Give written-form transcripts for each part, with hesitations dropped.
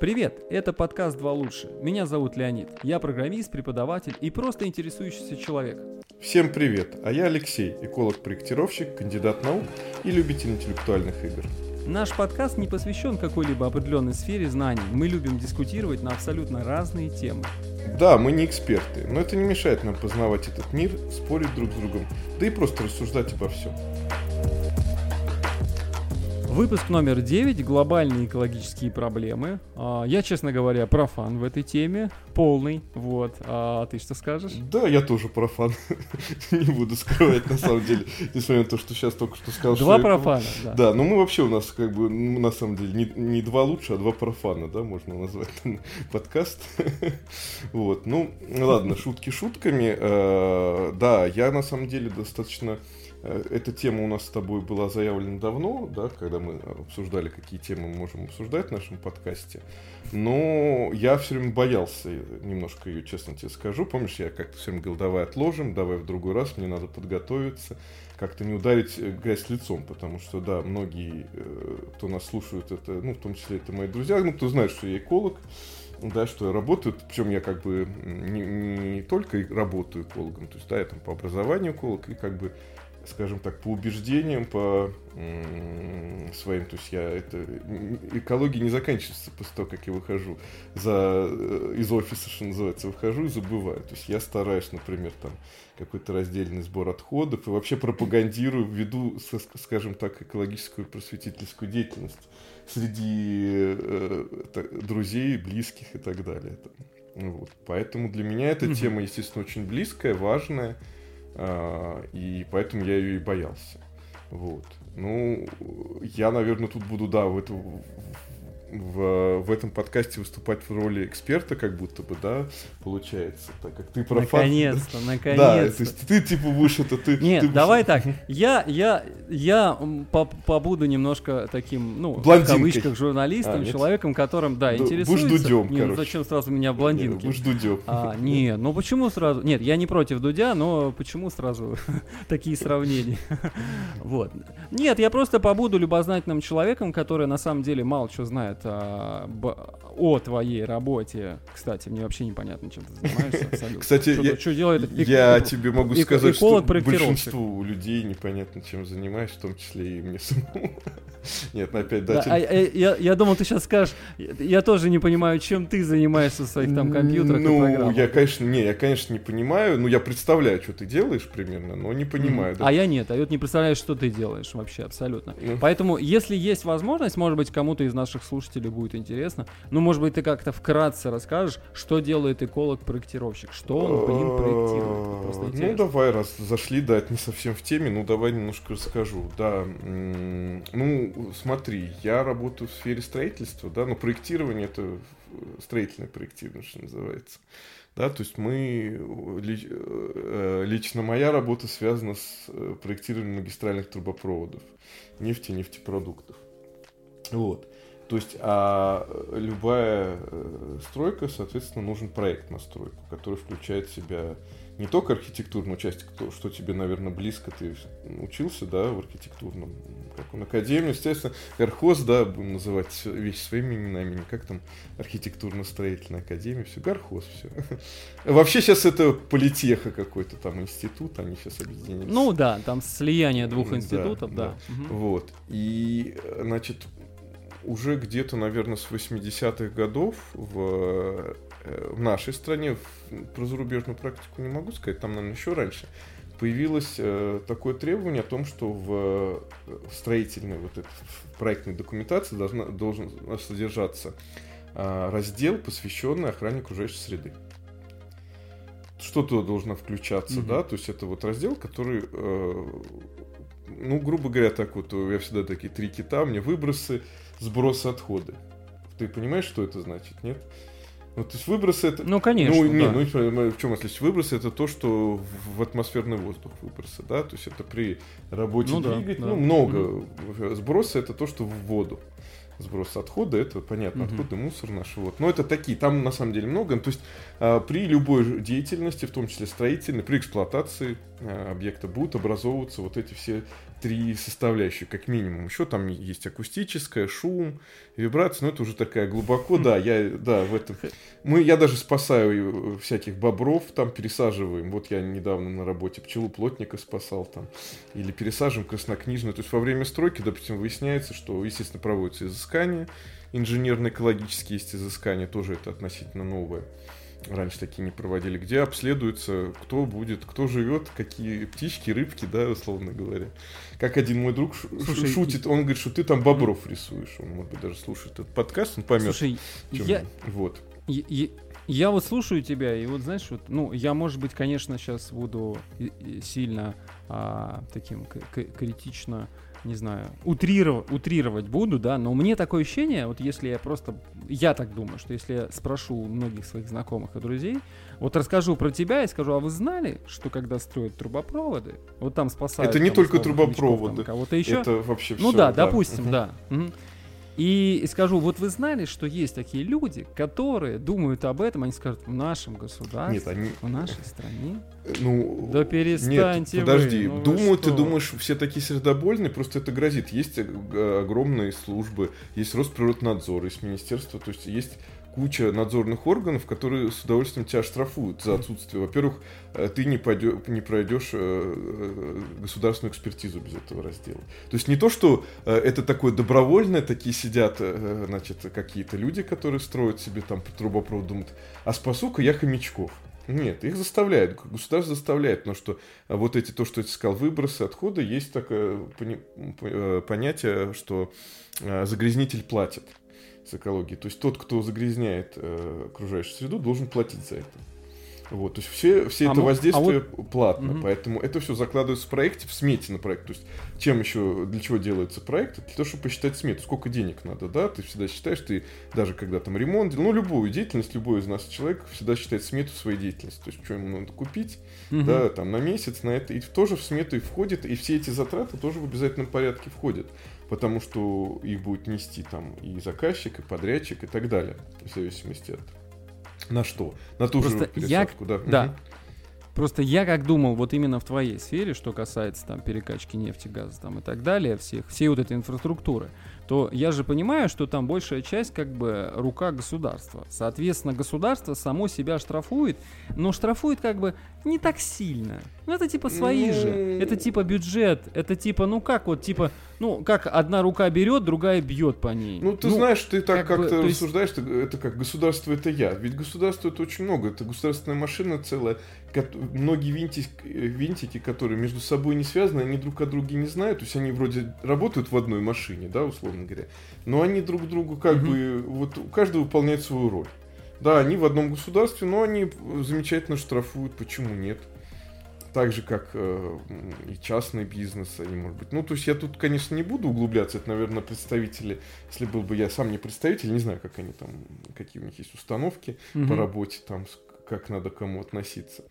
Привет, это подкаст «Два лучше». Меня зовут Леонид. Я программист, преподаватель и просто интересующийся человек. Всем привет, а я Алексей, эколог-проектировщик, кандидат наук и любитель интеллектуальных игр. Наш подкаст не посвящен какой-либо определенной сфере знаний. Мы любим дискутировать на абсолютно разные темы. Да, мы не эксперты, но это не мешает нам познавать этот мир, спорить друг с другом, да и просто рассуждать обо всем. Выпуск номер 9. Глобальные экологические проблемы. Я, честно говоря, профан в этой теме. Полный. Вот. А ты что скажешь? Да, я тоже профан. Не буду скрывать, на самом деле. Несмотря на то, что сейчас только что сказал, Два профана, да. Да, но мы вообще у нас как бы, на самом деле, не два лучше, а два профана, да, можно назвать подкаст. Вот, ну, ладно, шутки шутками. Да, я на самом деле достаточно... Эта тема у нас с тобой была заявлена давно, да, когда мы обсуждали, какие темы мы можем обсуждать в нашем подкасте. Но я все время боялся немножко ее, честно тебе скажу. Помнишь, я как-то все время говорил, давай отложим, давай в другой раз, мне надо подготовиться, как-то не ударить грязь лицом, потому что, да, многие, кто нас слушают, это, ну, в том числе это мои друзья, ну, кто знает, что я эколог, да, что я работаю, причем я как бы не только работаю экологом, то есть, да, я там по образованию эколог и как бы, скажем так, по убеждениям, по своим, то есть экология не заканчивается после того, как я выхожу из офиса, что называется, выхожу и забываю. То есть я стараюсь, например, там какой-то раздельный сбор отходов и вообще пропагандирую, веду, скажем так, экологическую просветительскую деятельность среди друзей, близких и так далее. Вот. Поэтому для меня эта тема, естественно, очень близкая, важная. И поэтому я ее и боялся. Вот. Ну, я, наверное, тут буду, да, в этом подкасте выступать в роли эксперта, как будто бы, да, получается, так как ты профан. Наконец-то. Да, то есть ты типа будешь это, ты... Нет, ты давай так, я побуду немножко таким, ну, блондинкой. в кавычках, журналистом, человеком, которым, да, интересуется. Будешь Дудем, короче. Ну зачем сразу меня в блондинке? Будешь Дудем. Не, ну почему сразу... Нет, я не против Дудя, но почему сразу такие сравнения? Вот. Нет, я просто побуду любознательным человеком, который на самом деле мало чего знает о твоей работе. Кстати, мне вообще непонятно, чем ты занимаешься абсолютно. Кстати, что делает я тебе могу сказать, что большинству людей непонятно, чем занимаюсь, в том числе и мне самому. Нет, опять, да. Я думал, ты сейчас скажешь, я тоже не понимаю, чем ты занимаешься в своих там компьютерах и программах. Я, конечно, не понимаю, я представляю, что ты делаешь примерно, но не понимаю. А я нет, не представляю, что ты делаешь вообще абсолютно. Поэтому, если есть возможность, может быть, кому-то из наших слушателей будет интересно, может быть, ты как-то вкратце расскажешь, что делает эколог-проектировщик, что он, проектирует. Просто интересно. Давай, раз зашли, да, это не совсем в теме, давай немножко расскажу. Да, смотри, я работаю в сфере строительства, да, но проектирование — это строительное проектирование, что называется. Да, то есть лично моя работа связана с проектированием магистральных трубопроводов, нефтепродуктов. Вот. То есть, любая стройка, соответственно, нужен проект на стройку, который включает в себя не только архитектурную часть, что тебе, наверное, близко, ты учился, да, в архитектурном, как он, академии, естественно, горхоз, да, будем называть вещи своими именами, не как там архитектурно-строительная академия, все, горхоз, все. Вообще сейчас это политеха какой-то там институт, они сейчас объединились. Ну да, там слияние двух институтов, да. Вот, и, значит, уже где-то, наверное, с 80-х годов в нашей стране, про зарубежную практику не могу сказать, там, наверное, еще раньше, появилось такое требование о том, что в строительной, в проектной документации должен содержаться раздел, посвященный охране окружающей среды. Что туда должно включаться, да, то есть это раздел, который... грубо говоря, так я всегда такие 3 кита, мне выбросы, сбросы, отходы. Ты понимаешь, что это значит, нет? То есть выбросы это... конечно, в чем отличие? Выбросы — это то, что в атмосферный воздух выбросы, да, то есть это при работе двигателя, много. Сбросы — это то, что в воду. Сброс отхода — это, понятно, отходы, мусор наш. Но это такие, там на самом деле много. То есть при любой деятельности, в том числе строительной, при эксплуатации объекта будут образовываться вот эти все 3 составляющие, как минимум. Еще там есть акустическая, шум, вибрация, но это уже такая глубоко, да, в этом. Я даже спасаю всяких бобров, там пересаживаем. Вот я недавно на работе пчелу плотника спасал там, или пересаживаем краснокнижную. То есть во время стройки, допустим, выясняется, что, естественно, проводятся изыскания, инженерно-экологические есть изыскания, тоже это относительно новое. Раньше такие не проводили, где обследуется, кто живет, какие птички, рыбки, да, условно говоря. Как один мой друг шутит, он говорит, что ты там бобров рисуешь. Он, может быть, даже слушает этот подкаст, он поймет. Слушай, я вот слушаю тебя, и вот знаешь, я, может быть, конечно, сейчас буду сильно таким критично, не знаю, утрировать буду, да, но мне такое ощущение, вот если я так думаю, что если я спрошу у многих своих знакомых и друзей, вот расскажу про тебя и скажу, а вы знали, что когда строят трубопроводы, вот там спасают... Это не там, только условно, трубопроводы, кого-то еще? Это вообще все. Ну да, допустим, да. И скажу, вот вы знали, что есть такие люди, которые думают об этом, они скажут, в нашем государстве, в нашей стране? Да перестаньте. Нет, подожди, ты думаешь, все такие сердобольные, просто это грозит. Есть огромные службы, есть Росприроднадзор, есть министерство, то есть есть куча надзорных органов, которые с удовольствием тебя штрафуют за отсутствие. Во-первых, ты не пройдешь государственную экспертизу без этого раздела. То есть не то, что это такое добровольное, такие сидят, значит, какие-то люди, которые строят себе там трубопровод, думают, а спасу-ка я хомячков. Нет, их заставляют, государство заставляет, потому что вот то, что я сказал, выбросы, отходы, есть такое понятие, что загрязнитель платит с экологией. То есть тот, кто загрязняет окружающую среду, должен платить за это. Вот, то есть все это воздействие платно, поэтому это все закладывается в проекте, в смете на проект. То есть для чего делается проект? Для того, чтобы посчитать смету, сколько денег надо, да? Ты всегда считаешь, ты даже когда там ремонт делал, любую деятельность, любой из нас человек всегда считает смету своей деятельности. То есть что ему надо купить, да, там на месяц, на это, и тоже в смету и входит, и все эти затраты тоже в обязательном порядке входят. Потому что их будет нести там и заказчик, и подрядчик, и так далее, в зависимости от на что? На ту же пересадку, да. Да. Просто я как думал, вот именно в твоей сфере, что касается там перекачки нефти, газа там и так далее, всей вот этой инфраструктуры, то я же понимаю, что там большая часть как бы рука государства. Соответственно, государство само себя штрафует, но штрафует как бы не так сильно. Ну, это типа свои же. Это типа бюджет. Это типа, как одна рука берет, другая бьет по ней. Ты знаешь, ты так как-то рассуждаешь, это как государство это я. Ведь государство это очень много. Это государственная машина целая. Многие винтики, которые между собой не связаны, они друг о друге не знают. То есть они вроде работают в одной машине, да, условно говоря. Но они друг другу каждый выполняет свою роль. Да, они в одном государстве, но они замечательно штрафуют. Почему нет? Так же, как и частный бизнес, они, может быть. То есть я тут, конечно, не буду углубляться. Это, наверное, представители, если был бы я сам не представитель, не знаю, как они там, какие у них есть установки по работе, там, как надо к кому относиться.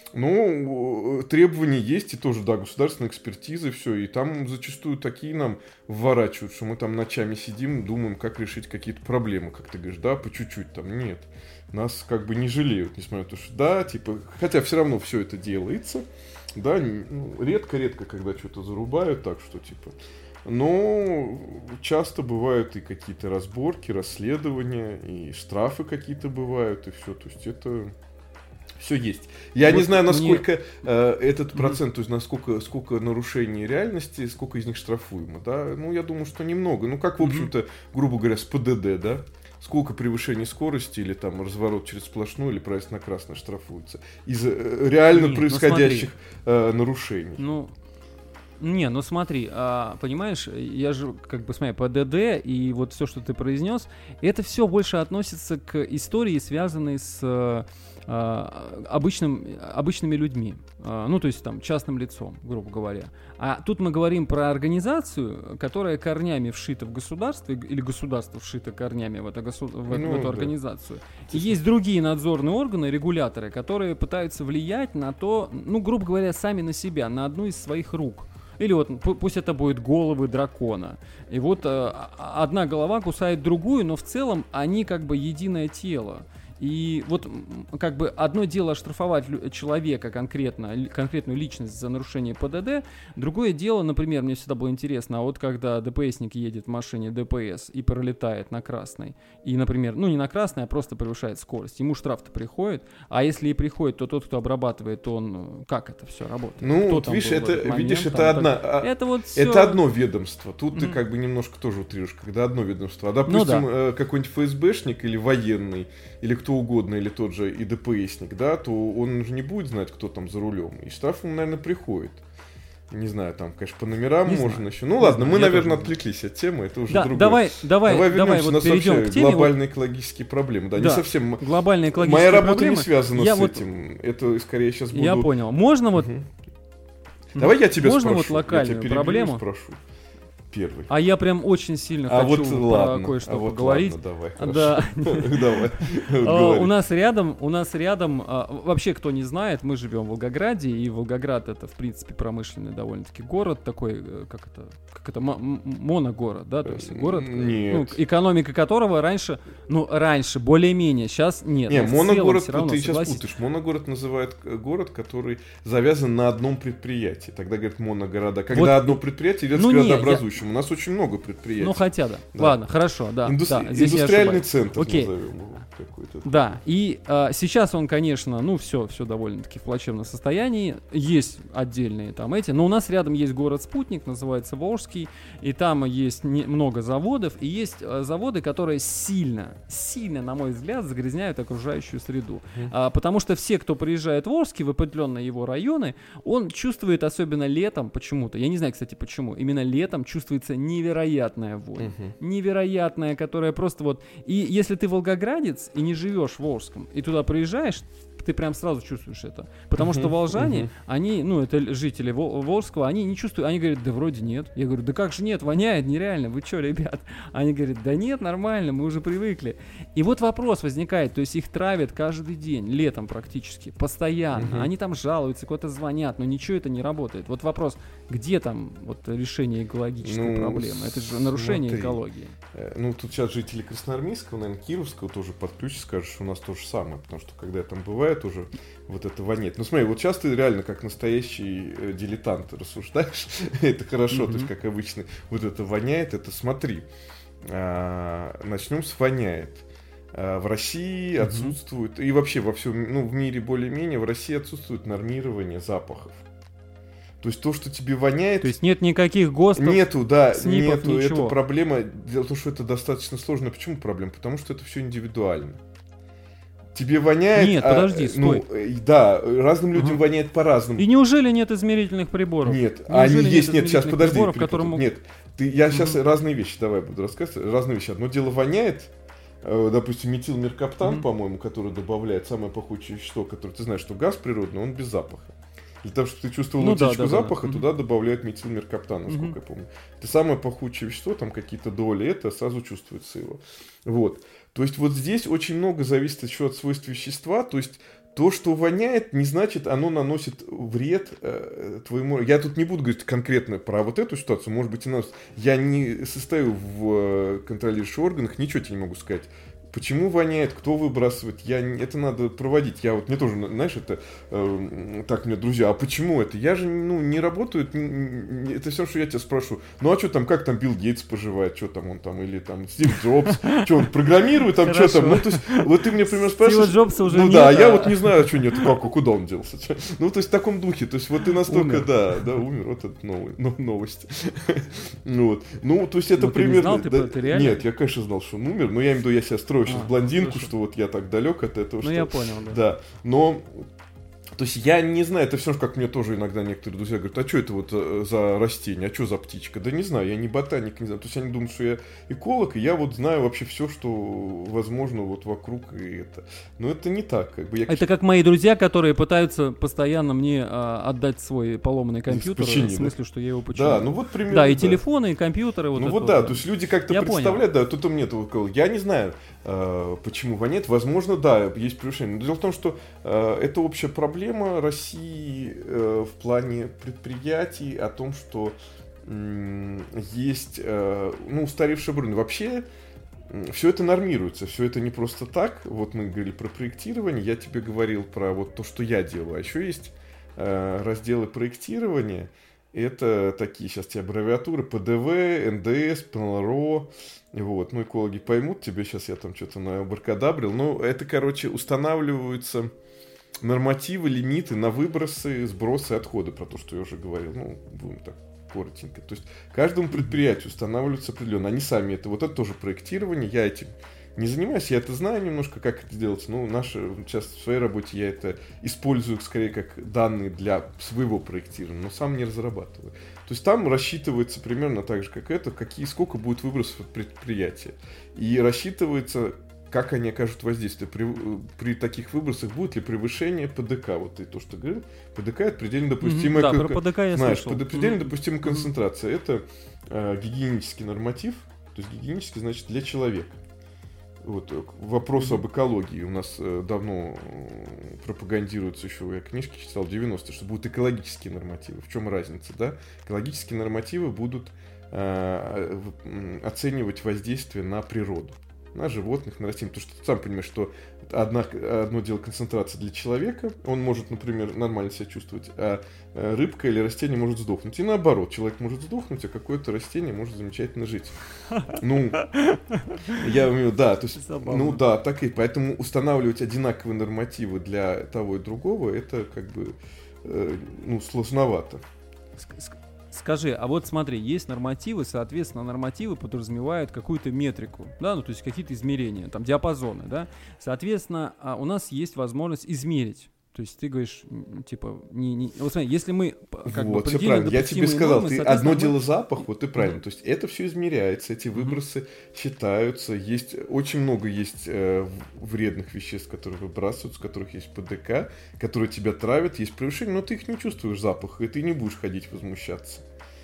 Но требования есть, и тоже, да, государственная экспертиза, все. И там зачастую такие нам вворачивают, что мы там ночами сидим, думаем, как решить какие-то проблемы, как ты говоришь, да, по чуть-чуть там. Нет. Нас как бы не жалеют, несмотря на то, что да, типа, хотя все равно все это делается, да, редко-редко, когда что-то зарубают, так что, типа, но часто бывают и какие-то разборки, расследования, и штрафы какие-то бывают, и все, то есть это все есть. Я не знаю, насколько этот процент, то есть сколько нарушений реальности, сколько из них штрафуемо, да, я думаю, что немного, как, в общем-то, грубо говоря, с ПДД, да, сколько превышений скорости или там разворот через сплошную или проезд на красный штрафуется из реально происходящих нарушений. Смотри, понимаешь, я же как бы смотри, ПДД и вот все, что ты произнес, это все больше относится к истории, связанной с обычными людьми, то есть там частным лицом, грубо говоря. А тут мы говорим про организацию, которая корнями вшита в государство, или государство вшито корнями в эту организацию. И есть другие надзорные органы, регуляторы, которые пытаются влиять на то, грубо говоря, сами на себя, на одну из своих рук. Или вот пусть это будет головы дракона. И вот одна голова кусает другую, но в целом они как бы единое тело. И вот как бы одно дело оштрафовать человека, конкретную личность за нарушение ПДД, другое дело, например, мне всегда было интересно, а вот когда ДПСник едет в машине ДПС и пролетает на красной, и, например, ну не на красной, а просто превышает скорость, ему штраф-то приходит, а если и приходит, то тот, кто обрабатывает, он, как это все работает? Ну, вот видишь, это одно ведомство, тут ты как бы немножко тоже утрируешь, когда одно ведомство, а допустим, какой-нибудь ФСБшник или военный, или кто угодно, или тот же и ДПСник, да, то он же не будет знать, кто там за рулем. И штраф ему, наверное, приходит. Не знаю, там, конечно, по номерам не можно знаю. еще. Ну ладно, мы, наверное, отвлеклись от темы, это уже другое. Давай вот перейдем к теме. Глобальные экологические проблемы. Да, не совсем. Глобальные экологические Моя проблемы. работа не связана с этим. Это скорее сейчас буду. Я понял. Можно вот. Давай я тебя спрошу. Можно вот локальную проблему спрошу. Первый. А я прям очень сильно хочу про кое-что поговорить. Ладно, да. Давай. У нас рядом, вообще, кто не знает, мы живем в Волгограде, и Волгоград это, в принципе, промышленный довольно-таки город, такой, как это, моногород, да, то есть город, экономика которого раньше, более-менее, сейчас нет. Не, моногород, ты сейчас путаешь. Моногород называют город, который завязан на одном предприятии. Тогда говорят моногорода. Когда одно предприятие идет с городообразующим. У нас очень много предприятий. Ну, хотя да. Ладно, хорошо, да. Индустриальный центр назовем его какой-то. Да, и сейчас он, конечно, все довольно-таки в плачевном состоянии. Есть отдельные там эти, но у нас рядом есть город-спутник, называется Волжский, и там есть много заводов, и есть заводы, которые сильно, на мой взгляд, загрязняют окружающую среду. Потому что все, кто приезжает в Волжский, в определенные его районы, он чувствует, особенно летом почему-то, я не знаю, кстати, почему, именно летом чувствуется невероятная вонь. Невероятная, которая просто вот... И если ты волгоградец и не живешь в Волжском, и туда приезжаешь, ты прям сразу чувствуешь это. Потому что волжане, они, это жители Волжского, они не чувствуют, они говорят, да вроде нет. Я говорю, да как же нет, воняет нереально, вы что, ребят? Они говорят, да нет, нормально, мы уже привыкли. И вот вопрос возникает, то есть их травят каждый день, летом практически, постоянно. Они там жалуются, куда-то звонят, но ничего это не работает. Вот вопрос, где там вот решение экологической проблемы? Это же нарушение экологии. Тут сейчас жители Красноармейского, наверное, Кировского тоже под ключ скажут, что у нас то же самое, потому что когда я там бываю, уже вот это воняет. Ну смотри, вот сейчас ты реально как настоящий дилетант рассуждаешь, это хорошо, то есть как обычно вот это воняет, это смотри. Начнем с воняет. В России отсутствует, и вообще во всем, в мире более-менее, в России отсутствует нормирование запахов. То есть то, что тебе воняет... То есть нет никаких ГОСТов, нету, да, СНИПов, нету, ничего. Это проблема. Дело в том, что это достаточно сложно. Почему проблема? Потому что это все индивидуально. Тебе воняет... Нет, подожди, стой. Да, разным людям воняет по-разному. И неужели нет измерительных приборов? Нет, они есть, нет, сейчас подожди. Которым... Нет, я сейчас разные вещи, давай буду рассказывать. Разные вещи. Одно дело воняет, допустим, метилмеркаптан, по-моему, который добавляет самое пахучее вещество, которое ты знаешь, что газ природный, он без запаха. Для того, чтобы ты чувствовал утечку запаха, туда добавляют метилмеркаптан, насколько я помню. Это самое пахучее вещество, там какие-то доли, это сразу чувствуется его. Вот. То есть вот здесь очень много зависит еще от свойств вещества, то есть то, что воняет, не значит, оно наносит вред твоему... Я тут не буду говорить конкретно про вот эту ситуацию, может быть, я не состою в контролирующих органах, ничего тебе не могу сказать. Почему воняет, кто выбрасывает, это надо проводить. Я вот мне тоже, знаешь, это так мне друзья, а почему это? Я же не работаю, это все, что я тебя спрошу. Ну а что там, как там Билл Гейтс поживает, что там он там, или там Стив Джобс, что он программирует, там что там. Ну то есть, вот ты мне, например, спрашиваешь. Стива Джобса уже нет. Да, я вот не знаю, что нет, куда он делся. Ну то есть в таком духе, то есть вот ты настолько, да, умер, вот это новость. Ну то есть это примерно. Нет, я, конечно, знал, что он умер, но я имею в виду, я себя строю сейчас блондинку, что вот я так далек от этого. Ну, я понял, да. Да, но... То есть я не знаю, это все же, как мне тоже иногда некоторые друзья говорят, а что это вот за растение, а что за птичка? Да не знаю, я не ботаник, не знаю. То есть они думают, что я эколог, и я вот знаю вообще все, что возможно вот вокруг и это. Но это не так. Это как мои друзья, которые пытаются постоянно мне отдать свой поломанный компьютер, в смысле, что я его починю. Да, ну вот примерно. Да, и телефоны, и компьютеры. Ну вот да, то есть люди как-то представляют, да, тут мне это вот, я не знаю, почему воняет. Возможно, да, есть превышение. Но дело в том, что это общая проблема России в плане предприятий, о том, что есть устаревшее оборудование. Вообще, все это нормируется, все это не просто так. Вот мы говорили про проектирование, я тебе говорил про вот то, что я делаю. А еще есть разделы проектирования. Это такие сейчас те аббревиатуры ПДВ, НДС, ПНРО. Вот. Ну, экологи поймут, тебе сейчас я там что-то набаркадабрил. Ну, это, короче, устанавливаются нормативы, лимиты на выбросы, сбросы, отходы, про то, что я уже говорил. Ну, будем так коротенько. То есть каждому предприятию устанавливаются определенно. Они сами это, вот это тоже проектирование. Я этим не занимаюсь, я это знаю немножко, как это делать. Ну, сейчас в своей работе я это использую скорее как данные для своего проектирования, но сам не разрабатываю. То есть там рассчитывается примерно так же, как это, сколько будет выбросов от предприятия. И рассчитывается, как они окажут воздействие. При таких выбросах будет ли превышение ПДК. Вот ты то, что говорил. ПДК — это предельно допустимая... Да, про ПДК я слышал. Предельно допустимая концентрация. Это гигиенический норматив. То есть гигиенический, значит, для человека. Вот, к вопросу об экологии у нас давно пропагандируется еще, я книжки читал в 90-е, что будут экологические нормативы. В чем разница, да? Экологические нормативы будут оценивать воздействие на природу, на животных, на растения. Потому что ты сам понимаешь, что одно дело концентрация для человека, он может, например, нормально себя чувствовать, а рыбка или растение может сдохнуть. И наоборот, человек может сдохнуть, а какое-то растение может замечательно жить. Ну, я имею в виду, да, то есть, ну да, так и поэтому устанавливать одинаковые нормативы для того и другого, это как бы, ну, сложновато. Скажи, а вот смотри, есть нормативы, соответственно, нормативы подразумевают какую-то метрику, да, ну то есть какие-то измерения, там диапазоны, да, соответственно, у нас есть возможность измерить. То есть ты говоришь, типа, вот смотри, если мы как вот, бы все правильно. Я тебе сказал, нормы, одно дело запах, вот ты правильно. То есть это все измеряется, эти выбросы считаются. Есть очень много есть вредных веществ, которые выбрасываются, у которых есть ПДК, которые тебя травят, есть превышение, но ты их не чувствуешь запах, и ты не будешь ходить возмущаться.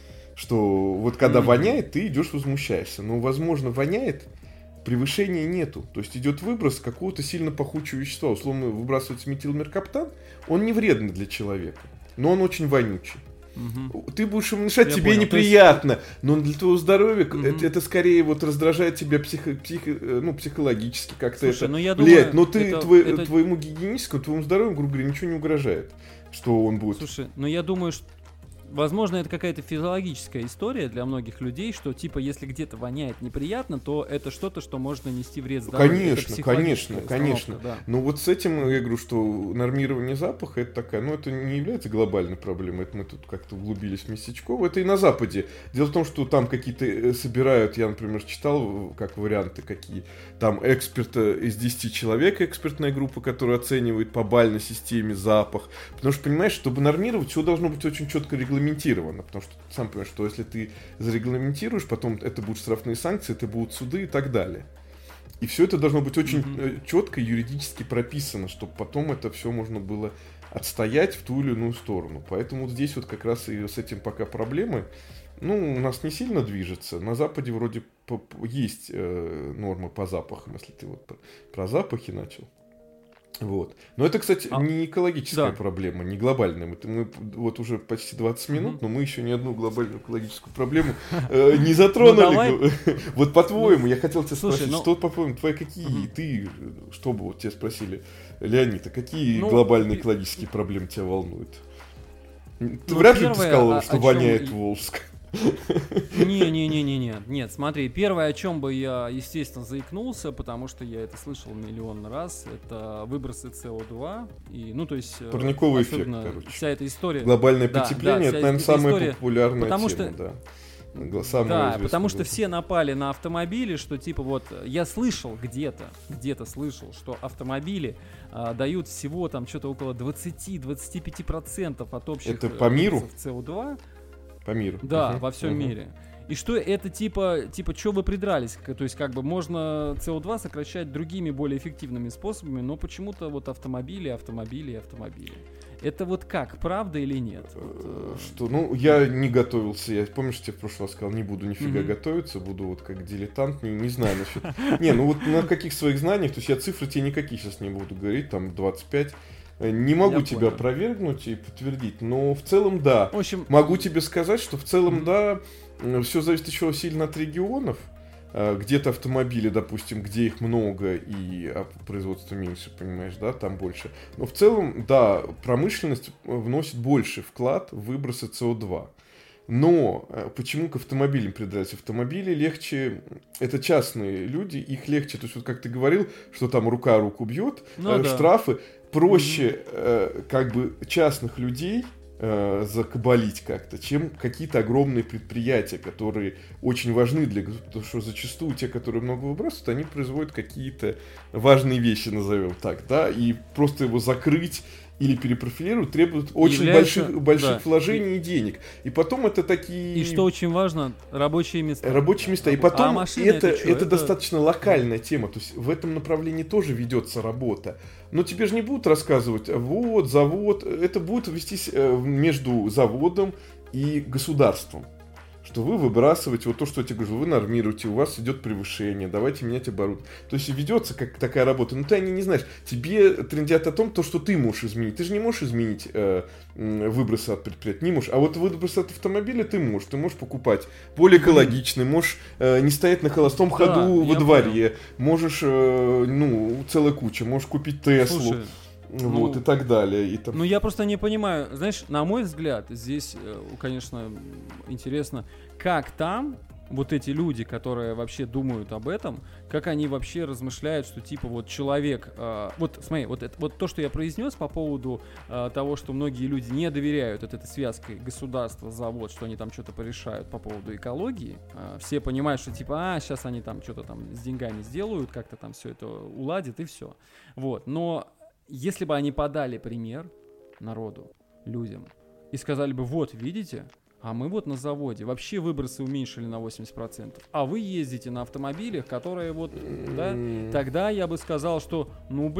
Что вот когда воняет, ты идешь возмущаешься. Но, возможно, воняет, превышения нету. То есть идет выброс какого-то сильно пахучего вещества. Условно выбрасывается метилмеркаптан, он не вредный для человека, но он очень вонючий. Ты будешь ему мешать, тебе понял, неприятно, но для твоего здоровья это скорее вот раздражает тебя психологически как-то. Слушай, это влияет. Но твоему гигиеническому, твоему здоровью, грубо говоря, ничего не угрожает, что он будет. Слушай, но я думаю, что возможно, это какая-то физиологическая история для многих людей, что, типа, если где-то воняет неприятно, то это что-то, что может нанести вред здоровью. Конечно. Да. Но вот с этим, я говорю, что нормирование запаха, это такая, ну, это не является глобальной проблемой, это мы тут как-то углубились в местечково, это и на Западе. Дело в том, что там какие-то собирают, я, например, читал, как варианты какие, там эксперта из 10 человек, экспертная группа, которая оценивает по бальной системе запах, потому что, понимаешь, чтобы нормировать, все должно быть очень четко регламентировано, потому что ты сам понимаешь, что если ты зарегламентируешь, потом это будут штрафные санкции, это будут суды и так далее. И все это должно быть очень четко юридически прописано, чтобы потом это все можно было отстоять в ту или иную сторону. Поэтому вот здесь вот как раз и с этим пока проблемы. Ну, у нас не сильно движется. На Западе вроде есть нормы по запахам, если ты вот про запахи начал. Вот. Но это, кстати, не экологическая проблема, не глобальная. Мы вот уже почти 20 минут, но мы еще ни одну глобальную экологическую проблему не затронули. Вот по-твоему, я хотел тебя спросить, что, по-твоему, ты, что бы вот тебя спросили, Леонид, а какие глобальные экологические проблемы тебя волнуют? Вряд ли ты сказал, что воняет Волжск. Нет, смотри, первое, о чем бы я, естественно, заикнулся, потому что я это слышал миллион раз, это выбросы СО2, и, ну, то есть... Парниковый эффект, короче. Вся эта история... Глобальное потепление, это, наверное, самая популярная тема, да. Да, потому что все напали на автомобили, что типа вот я слышал где-то слышал, что автомобили дают всего там что-то около 20-25% от общих это по миру? СО2. По миру. Да, во всем мире. И что это типа, что вы придрались? То есть, как бы можно СО2 сокращать другими, более эффективными способами, но почему-то вот автомобили. Это вот как, правда или нет? Что, ну, я не готовился. Я, помнишь, тебе в прошлый раз сказал, не буду нифига готовиться, буду вот как дилетант, не знаю насчет... Не, ну вот на каких своих знаниях, то есть я цифры тебе никакие сейчас не буду говорить, там 25... Не могу тебя опровергнуть и подтвердить, но в целом да. В общем, могу тебе сказать, что в целом да, все зависит еще сильно от регионов. где-то автомобили, допустим, где их много и производства меньше, понимаешь, да, там больше. Но в целом, да, промышленность вносит больше вклад в выбросы СО2. Но почему к автомобилям придрались? Автомобили легче, это частные люди, их легче, то есть вот как ты говорил, что там рука руку бьет, штрафы, проще как бы частных людей закабалить как-то, чем какие-то огромные предприятия, которые очень важны для государства, потому что зачастую те, которые много выбрасывают, они производят какие-то важные вещи, назовем так, да, и просто его закрыть или перепрофилировать требует очень больших вложений и денег. И потом это такие... И что очень важно, рабочие места. Рабочие места. И потом это достаточно локальная тема. То есть в этом направлении тоже ведется работа. Но тебе же не будут рассказывать, вот, завод. Это будет вестись между заводом и государством. Что вы выбрасываете, вот то, что я тебе говорю, вы нормируете, у вас идет превышение, давайте менять оборудование. То есть ведется как такая работа, но ты о ней не знаешь. Тебе трендят о том, что ты можешь изменить. Ты же не можешь изменить выбросы от предприятия, не можешь. А вот выбросы от автомобиля ты можешь. Ты можешь покупать более экологичный, можешь не стоять на холостом ходу во дворе, можешь, целая куча, можешь купить Теслу. Слушай, вот, и так далее. И там... Ну, я просто не понимаю, знаешь, на мой взгляд, здесь, конечно, интересно, как там вот эти люди, которые вообще думают об этом, как они вообще размышляют, что типа вот человек, вот смотри, вот то, что я произнес по поводу того, что многие люди не доверяют этой связке государства, завод, что они там что-то порешают по поводу экологии, все понимают, что типа, сейчас они там что-то там с деньгами сделают, как-то там все это уладят и все, вот, но если бы они подали пример народу, людям, и сказали бы, вот, видите, а мы вот на заводе вообще выбросы уменьшили на 80%, а вы ездите на автомобилях, которые вот, да, тогда я бы сказал, что,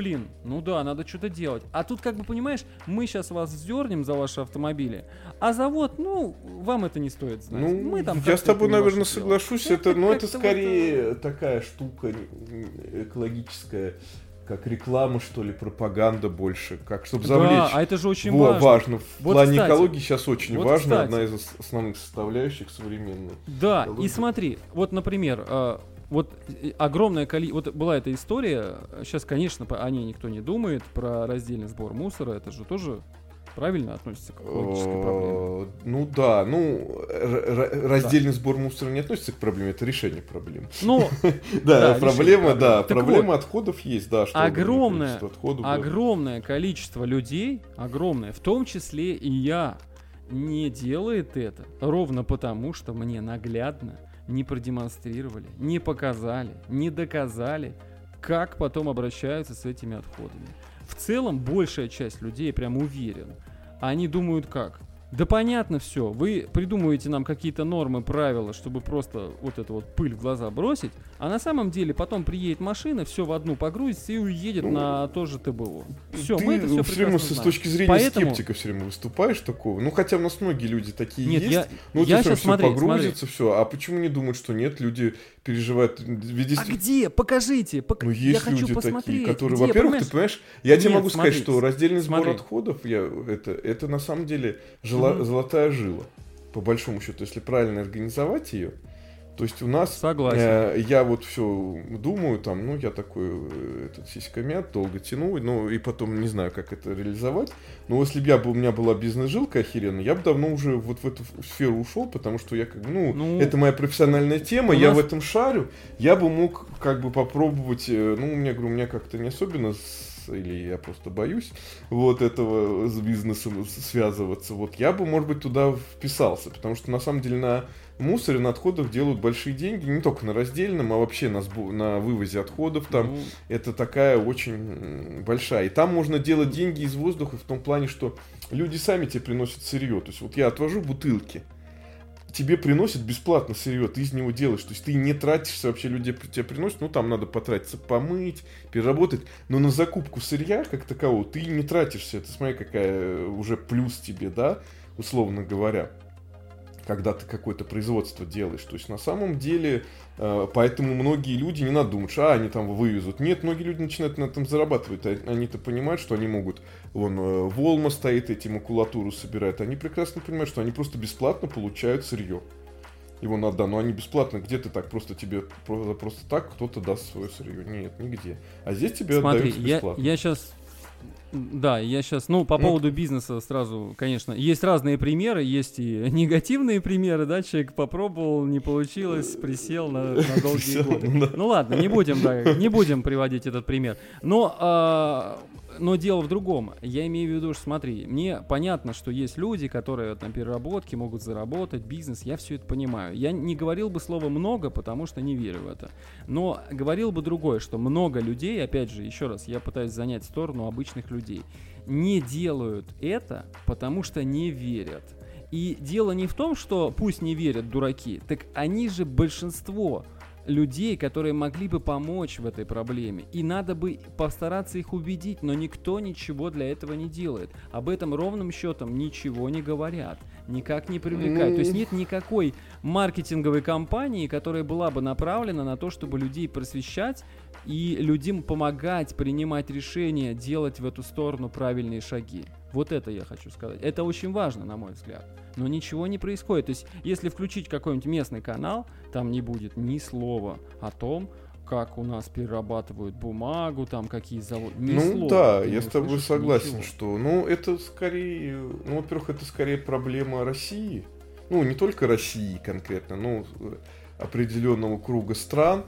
надо что-то делать. А тут, как бы, понимаешь, мы сейчас вас вздернем за ваши автомобили, а завод, вам это не стоит знать. Мы там я с тобой, наверное, соглашусь, это скорее такая штука экологическая, как реклама, что ли, пропаганда больше, как чтобы завлечь. Да, а это же очень важно. В плане экологии сейчас очень важно, одна из основных составляющих современной. Да, экологии. И смотри, вот, например, вот огромное количество, вот была эта история, сейчас, конечно, о ней никто не думает, про раздельный сбор мусора, это же тоже правильно относится к экологической проблеме? Раздельный сбор мусора не относится к проблеме, это решение проблем. Проблема отходов есть, да. Огромное количество людей, в том числе и я, не делает это ровно потому, что мне наглядно не продемонстрировали, не показали, не доказали, как потом обращаются с этими отходами. В целом, большая часть людей, прям уверен, они думают как? Да понятно все, вы придумываете нам какие-то нормы, правила, чтобы просто вот эту вот пыль в глаза бросить, а на самом деле потом приедет машина, все в одну погрузится и уедет на то же ТБО. Все, мы это все прекрасно знаем. С точки зрения скептика все время выступаешь такого. Хотя у нас многие люди такие есть. Я сейчас все погрузится, все. А почему не думают, что нет, люди переживают. А где? Покажите. Я хочу люди посмотреть. Такие, которые, во-первых, ты понимаешь, я тебе могу сказать, что раздельный сбор отходов, это на самом деле золотая жила, по большому счету, если правильно организовать ее. То есть у нас, я вот все думаю, там, я такой сиськомят, долго тяну, и потом не знаю, как это реализовать. Но если бы у меня была бизнес-жилка охеренная, я бы давно уже вот в эту сферу ушел, потому что я это моя профессиональная тема, я в этом шарю, я бы мог как бы попробовать, у меня как-то не особенно или я просто боюсь вот этого с бизнесом связываться, я бы, может быть, туда вписался, потому что на самом деле на мусоре, на отходах делают большие деньги, не только на раздельном, а вообще на вывозе отходов, там это такая очень большая, и там можно делать деньги из воздуха в том плане, что люди сами тебе приносят сырье, то есть я отвожу бутылки, тебе приносят бесплатно сырье, ты из него делаешь, то есть ты не тратишься, вообще люди тебе приносят, там надо потратиться, помыть, переработать, но на закупку сырья, как такового, ты не тратишься, это смотри, какая уже плюс тебе, да, условно говоря, когда ты какое-то производство делаешь, то есть на самом деле, поэтому многие люди, не надо думать, что они там вывезут, нет, многие люди начинают на этом зарабатывать, они-то понимают, что они могут, Волма стоит, эти макулатуру собирает, они прекрасно понимают, что они просто бесплатно получают сырье. его надо, но они бесплатно, где ты так просто тебе, просто так кто-то даст свое сырье? Нет, нигде. А здесь тебе Смотри, отдают бесплатно. я сейчас... Да, я сейчас, по поводу бизнеса сразу, конечно, есть разные примеры, есть и негативные примеры, да, человек попробовал, не получилось, присел на долгие годы. Ну ладно, не будем приводить этот пример. Но дело в другом. Я имею в виду, что смотри, мне понятно, что есть люди, которые на переработке могут заработать, бизнес, я все это понимаю. Я не говорил бы слово «много», потому что не верю в это. Но говорил бы другое, что много людей, опять же, еще раз, я пытаюсь занять сторону обычных людей, не делают это, потому что не верят. И дело не в том, что пусть не верят дураки, так они же большинство людей, которые могли бы помочь в этой проблеме. И надо бы постараться их убедить, но никто ничего для этого не делает. Об этом ровным счетом ничего не говорят, никак не привлекают. То есть нет никакой маркетинговой кампании, которая была бы направлена на то, чтобы людей просвещать и людям помогать принимать решения, делать в эту сторону правильные шаги. Вот это я хочу сказать. Это очень важно, на мой взгляд. Но ничего не происходит. То есть, если включить какой-нибудь местный канал, там не будет ни слова о том, как у нас перерабатывают бумагу, там какие заводы. Да, я с тобой согласен, ничего. Что, это скорее, во-первых, это скорее проблема России. Не только России конкретно, но определенного круга стран,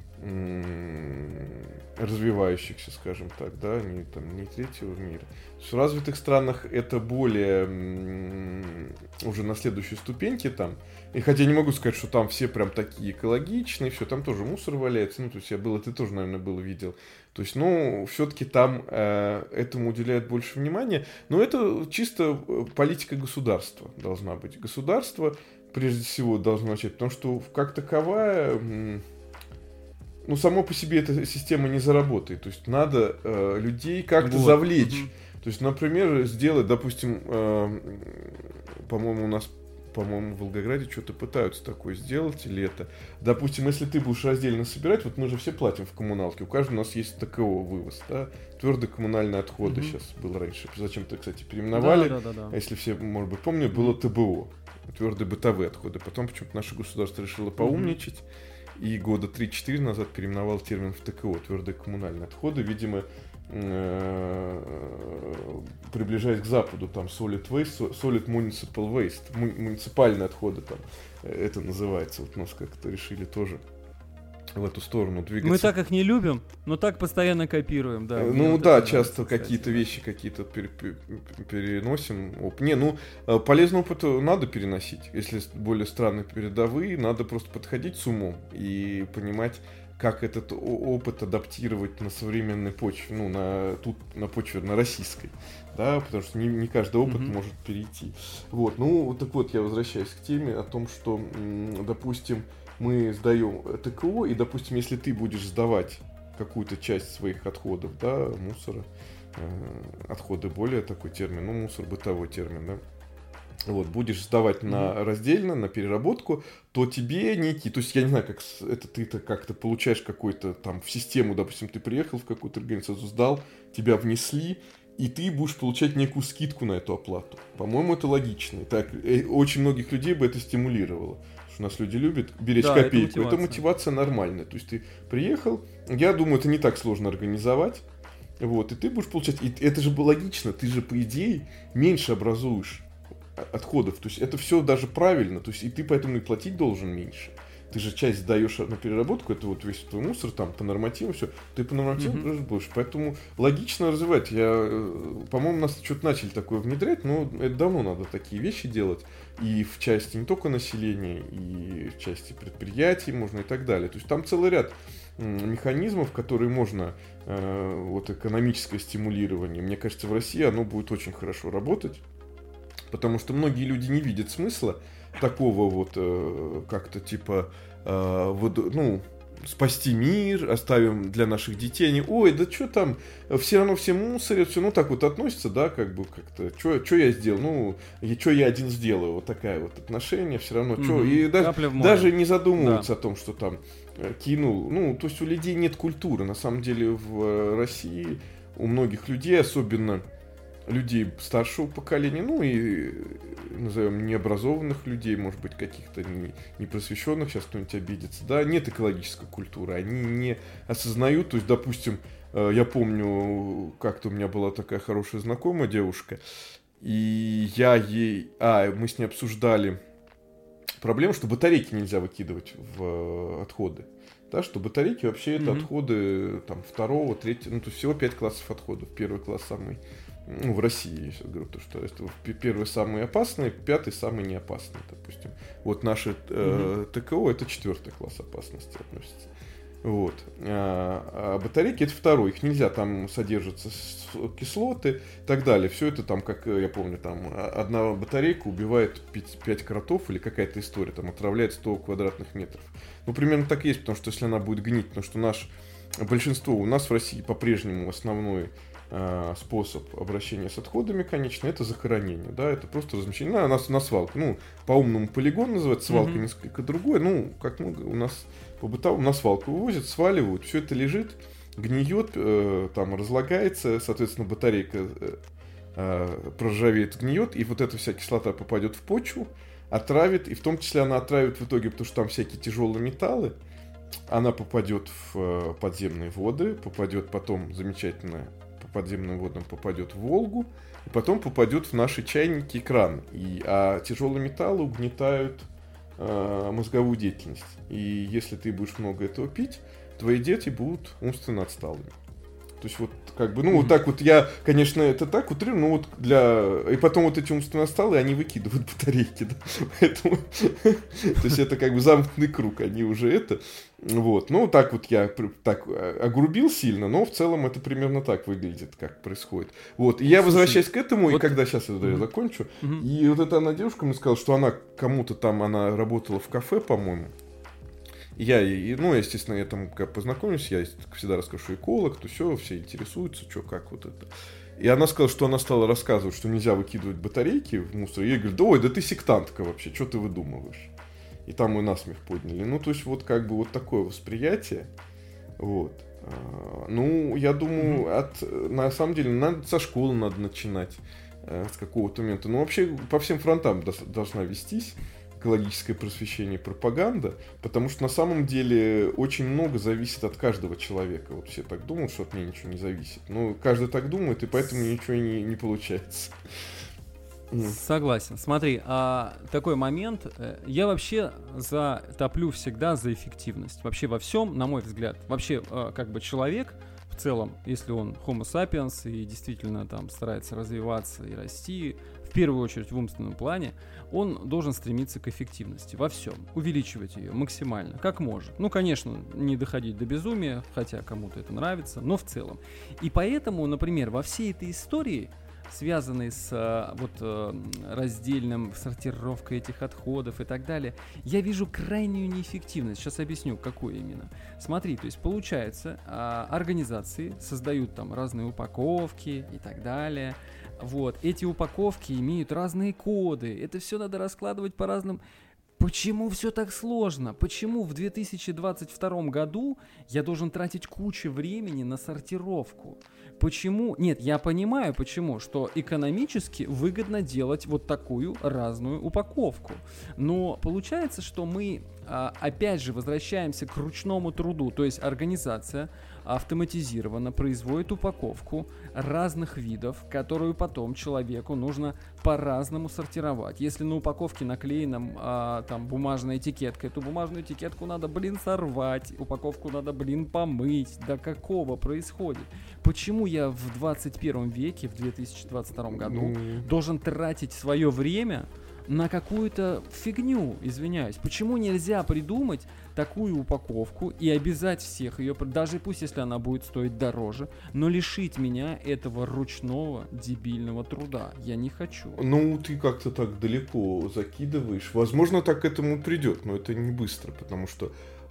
развивающихся, скажем так, да, не третьего мира. В развитых странах это более уже на следующей ступеньке там. И хотя я не могу сказать, что там все прям такие экологичные, все, там тоже мусор валяется. То есть ты тоже, наверное, видел. То есть, все-таки там этому уделяют больше внимания. Но это чисто политика государства должна быть. Государство, прежде всего, должно начать, потому что как таковая... само по себе эта система не заработает. То есть надо людей как-то завлечь. То есть, например, сделать, допустим, по-моему, у нас, в Волгограде что-то пытаются такое сделать, или это. Допустим, если ты будешь раздельно собирать, вот мы же все платим в коммуналке, у каждого у нас есть ТКО вывоз, да, твердые коммунальные отходы сейчас было раньше. Зачем-то, кстати, переименовали. Да. А если все, может быть, помнят, было ТБО, твердые бытовые отходы. Потом почему-то наше государство решило поумничать. И года 3-4 назад переименовал термин в ТКО, твердые коммунальные отходы, видимо, приближаясь к Западу, там solid waste, solid municipal waste, муниципальные отходы там, это называется, вот нас как-то решили тоже в эту сторону двигаться. Мы так их не любим, но так постоянно копируем, да. Часто какие-то вещи переносим. Полезный опыт надо переносить. Если более страны передовые, надо просто подходить с умом и понимать, как этот опыт адаптировать на современной почве, на почве, на российской, да, потому что не каждый опыт может перейти. Я возвращаюсь к теме о том, что, допустим, мы сдаем ТКО, и, допустим, если ты будешь сдавать какую-то часть своих отходов, да, мусора, отходы более такой термин, мусор бытовой термин, да, будешь сдавать раздельно, на переработку, то тебе то есть я не знаю, как это ты-то как-то получаешь какой-то там в систему, допустим, ты приехал в какую-то организацию, сдал, тебя внесли, и ты будешь получать некую скидку на эту оплату. По-моему, это логично. Так, очень многих людей бы это стимулировало. У нас люди любят беречь копейку. Это мотивация нормальная. То есть ты приехал, я думаю, это не так сложно организовать. И ты будешь получать. И это же логично, ты же, по идее, меньше образуешь отходов. То есть это все даже правильно. То есть и ты поэтому и платить должен меньше. Ты же часть сдаешь на переработку, это весь твой мусор, там, по нормативу, все. Ты по нормативу тоже больше. Поэтому логично развивать. По-моему, нас что-то начали такое внедрять, но это давно надо такие вещи делать. И в части не только населения, и в части предприятий можно и так далее. То есть там целый ряд механизмов, которые можно, экономическое стимулирование, мне кажется, в России оно будет очень хорошо работать. Потому что многие люди не видят смысла такого как-то типа, спасти мир, оставим для наших детей. Они, да что там, все равно все мусорят, все, так относятся, да, как-то, что я сделал, что я один сделаю, такая отношение, все равно, и даже не задумываются о том, что там кинул, то есть у людей нет культуры, на самом деле в России у многих людей, особенно людей старшего поколения, ну и, назовем, необразованных людей, может быть, каких-то непросвещенных, сейчас кто-нибудь обидится, да, нет экологической культуры, они не осознают, то есть, допустим, я помню, как-то у меня была такая хорошая знакомая девушка, и мы с ней обсуждали проблему, что батарейки нельзя выкидывать в отходы. Да, что батарейки вообще это отходы там, 2-го, 3-го, ну, то есть всего 5 классов отходов. Первый класс самый, ну, в России, я сейчас говорю, то, что это первый самый опасный, 5-й самый неопасный, допустим. Вот наши ТКО это 4-й класс опасности относится. Вот. А батарейки это 2-й, их нельзя, там содержатся кислоты и так далее. Все это там, как я помню, там одна батарейка убивает 5 кротов или какая-то история, там отравляет 100 квадратных метров. Ну, примерно так и есть, потому что если она будет гнить, потому что большинство у нас в России по-прежнему основной способ обращения с отходами, конечно, это захоронение, да, это просто размещение на свалку, ну, по-умному полигон называется, свалка несколько другое, ну, как много у нас по-бытовому на свалку вывозят, сваливают, все это лежит, гниет, там разлагается, соответственно, батарейка проржавеет, гниет, и вот эта вся кислота попадет в почву, отравит, и в том числе она отравит в итоге, потому что там всякие тяжелые металлы, она попадет в подземные воды, попадет потом замечательно по подземным водам, попадет в Волгу, и потом попадет в наши чайники и краны. А тяжелые металлы угнетают мозговую деятельность. И если ты будешь много этого пить, твои дети будут умственно отсталыми. То есть вот как бы, ну вот так вот я, конечно, это так утрирую, но вот и потом вот эти умственно отсталые, они выкидывают батарейки, да, поэтому, то есть это как бы замкнутый круг, они уже это, вот, ну так вот я так огрубил сильно, но в целом это примерно так выглядит, как происходит, вот, и я возвращаюсь к этому, и когда сейчас я закончу, и вот эта она девушка мне сказала, что она кому-то там, она работала в кафе, по-моему. Естественно, я там как познакомлюсь, я всегда расскажу, что эколог, то все интересуются, что, как вот это. И она сказала, что она стала рассказывать, что нельзя выкидывать батарейки в мусор. И я говорю, да ты сектантка вообще, что ты выдумываешь? И там и насмех подняли. Ну, то есть, вот как бы вот такое восприятие. Вот. Ну, я думаю, на самом деле, со школы надо начинать, с какого-то момента. Ну, вообще, по всем фронтам должна вестись экологическое просвещение и пропаганда, потому что на самом деле очень много зависит от каждого человека. Вот все так думают, что от меня ничего не зависит. Но каждый так думает, и поэтому ничего не получается. Согласен. Смотри, такой момент. Я вообще топлю всегда за эффективность. Вообще во всем, на мой взгляд. Вообще, как бы человек в целом, если он Homo sapiens и действительно там старается развиваться и расти, в первую очередь в умственном плане, он должен стремиться к эффективности во всем, увеличивать ее максимально, как может. Ну, конечно, не доходить до безумия, хотя кому-то это нравится, но в целом. И поэтому, например, во всей этой истории, связанной с раздельным сортировкой этих отходов и так далее, я вижу крайнюю неэффективность. Сейчас объясню, какую именно. Смотри, то есть получается, организации создают там разные упаковки и так далее. Вот, эти упаковки имеют разные коды, это все надо раскладывать по разным... Почему все так сложно? Почему в 2022 году я должен тратить кучу времени на сортировку? Почему? Нет, я понимаю почему, что экономически выгодно делать вот такую разную упаковку. Но получается, что мы опять же возвращаемся к ручному труду, то есть организация автоматизированно производит упаковку разных видов, которую потом человеку нужно по-разному сортировать. Если на упаковке наклеена там бумажная этикетка, эту бумажную этикетку надо, сорвать, упаковку надо, помыть. До какого происходит? Почему я в 21 веке, в 2022 году должен тратить свое время на какую-то фигню, извиняюсь. Почему нельзя придумать такую упаковку и обязать всех ее, даже пусть если она будет стоить дороже, но лишить меня этого ручного дебильного труда? Я не хочу. Ну, ты как-то так далеко закидываешь. Возможно, так к этому придет, но это не быстро, потому что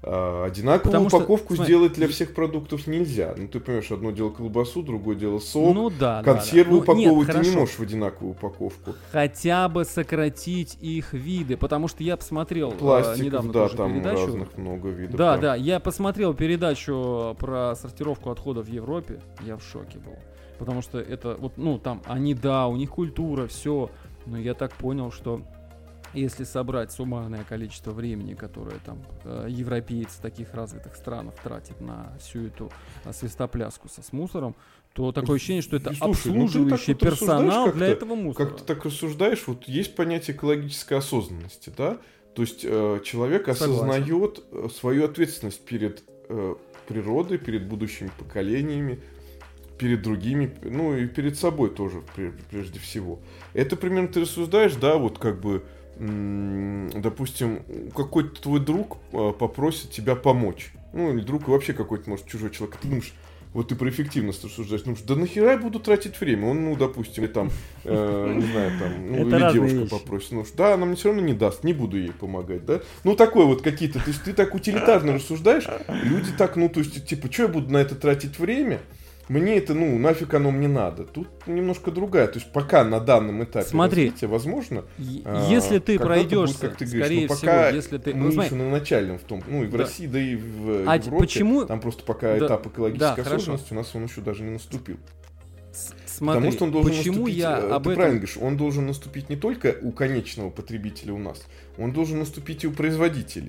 Одинаковую упаковку сделать для всех продуктов нельзя. Ну, ты понимаешь, одно дело колбасу, другое дело сок. Ну да. Консервы упаковывать ты не можешь в одинаковую упаковку. Хотя бы сократить их виды, потому что я посмотрел недавно да, тоже там передачу. Разных много видов. Да, я посмотрел передачу про сортировку отходов в Европе. Я в шоке был. Потому что это вот, ну, там, у них культура, все. Но я так понял, что если собрать суммарное количество времени, которое там европеец в таких развитых странах тратит на всю эту свистопляску с мусором, то такое ощущение, что это обслуживающий персонал для этого мусора. Как ты так рассуждаешь, вот есть понятие экологической осознанности, да? То есть человек осознает свою ответственность перед природой, перед будущими поколениями, перед другими, ну и перед собой тоже, прежде всего. Это примерно ты рассуждаешь, да, вот как бы, допустим, какой-то твой друг попросит тебя помочь. Ну, или друг, и вообще какой-то, может, чужой человек. Ты думаешь, вот ты про эффективность рассуждаешь, думаешь, да нахера я буду тратить время? Он, ну, допустим, или там, не знаю, там, ну, или девушка вещи. попросит. Ну, да, она мне все равно не даст, не буду ей помогать, да? Ну, такое вот какие-то, то есть ты так утилитарно рассуждаешь, люди так, ну, то есть, типа, что я буду на это тратить время? Мне это, ну, нафиг оно мне надо. Тут немножко другая. То есть пока на данном этапе развития, возможно, если ты пройдешь, как ты скорее говоришь, пока всего, если ты... мы еще на начальном в том, ну, и в России, да и в Европе, почему? там просто пока этап экологической осознанности у нас он еще даже не наступил. Смотри, потому что он должен почему наступить, я об ты этом... правильно говоришь, он должен наступить не только у конечного потребителя у нас, он должен наступить и у производителей.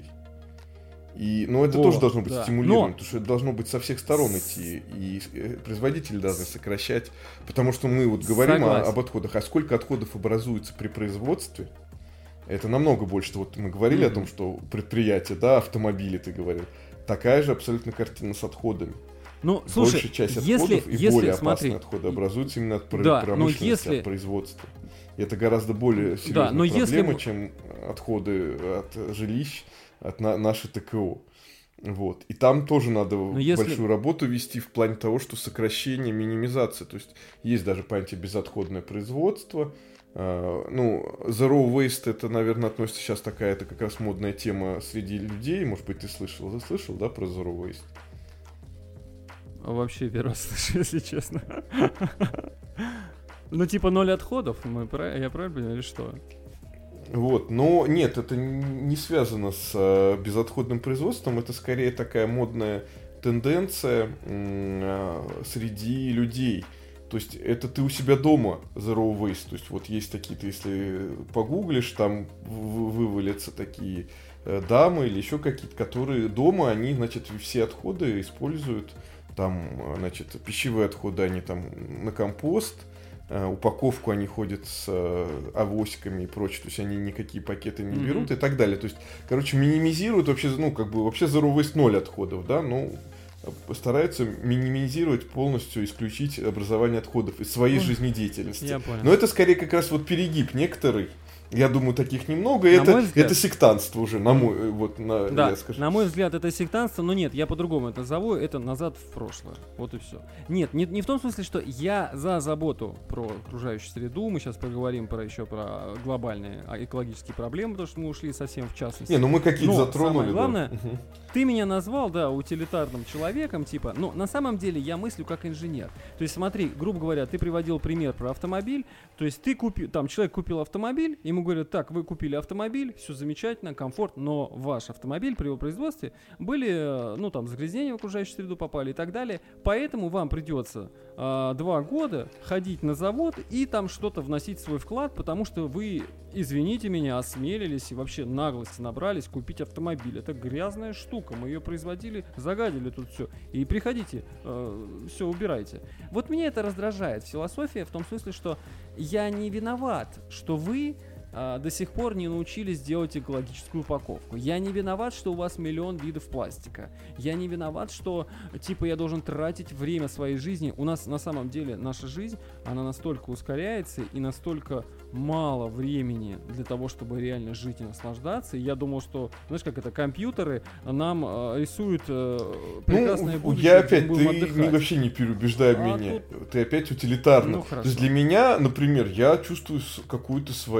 Но это тоже должно быть стимулировано, потому что это должно быть со всех сторон идти, и производители должны сокращать, потому что мы вот говорим об отходах, а сколько отходов образуется при производстве, это намного больше. Вот мы говорили о том, что предприятия, да, автомобили, ты говорил, такая же абсолютно картина с отходами. Ну, слушай, большая часть отходов и более опасные отходы образуются именно от промышленности, от производства. И это гораздо более серьезная проблема, чем отходы от жилищ, от нашей ТКО. Вот. И там тоже надо большую работу вести в плане того, что сокращение, минимизация. То есть даже понятие безотходное производство. Zero waste, это, наверное, относится сейчас такая, это как раз модная тема среди людей. Может быть, ты слышал, да, про Zero waste? Вообще первый раз слышу, если честно. Ну, типа 0 отходов, я правильно понимаю, или что? Вот, но нет, это не связано с безотходным производством, это скорее такая модная тенденция среди людей. То есть это ты у себя дома Zero Waste, то есть вот есть такие, ты если погуглишь, там вывалятся такие дамы или еще какие-то, которые дома, они, значит, все отходы используют, там, значит, пищевые отходы они там на компост, упаковку они ходят с авоськами и прочее, то есть они никакие пакеты не берут и так далее. То есть, короче, минимизируют вообще, вообще Zero Waste 0 отходов, да, стараются минимизировать полностью, исключить образование отходов из своей жизнедеятельности. Я понял. Но это скорее как раз вот перегиб некоторый. Я думаю, таких немного. Это сектантство уже, на мой взгляд, это сектантство, но нет, я по-другому это зову, это назад в прошлое. Вот и все. Нет, не в том смысле, что я за заботу про окружающую среду, мы сейчас поговорим еще про глобальные экологические проблемы, потому что мы ушли совсем в частности. Мы какие-то затронули. Самое главное, ты меня назвал, утилитарным человеком, типа, но на самом деле я мыслю как инженер. То есть смотри, грубо говоря, ты приводил пример про автомобиль, то есть человек купил автомобиль, ему говорят, так, вы купили автомобиль, все замечательно, комфорт, но ваш автомобиль при его производстве были, загрязнения в окружающую среду попали и так далее, поэтому вам придется 2 года ходить на завод и там что-то вносить в свой вклад, потому что вы, извините меня, осмелились и вообще наглости набрались купить автомобиль. Это грязная штука, мы ее производили, загадили тут все, и приходите, все убирайте. Вот меня это раздражает, философия в том смысле, что я не виноват, что вы до сих пор не научились делать экологическую упаковку. Я не виноват, что у вас миллион видов пластика. Я не виноват, что я должен тратить время своей жизни. У нас на самом деле наша жизнь, она настолько ускоряется и настолько мало времени для того, чтобы реально жить и наслаждаться. И я думал, что, знаешь, как это, компьютеры нам рисуют прекрасное будущее. Ты вообще не переубеждай меня. Ты опять утилитарно. То есть для меня, например, я чувствую какую-то свою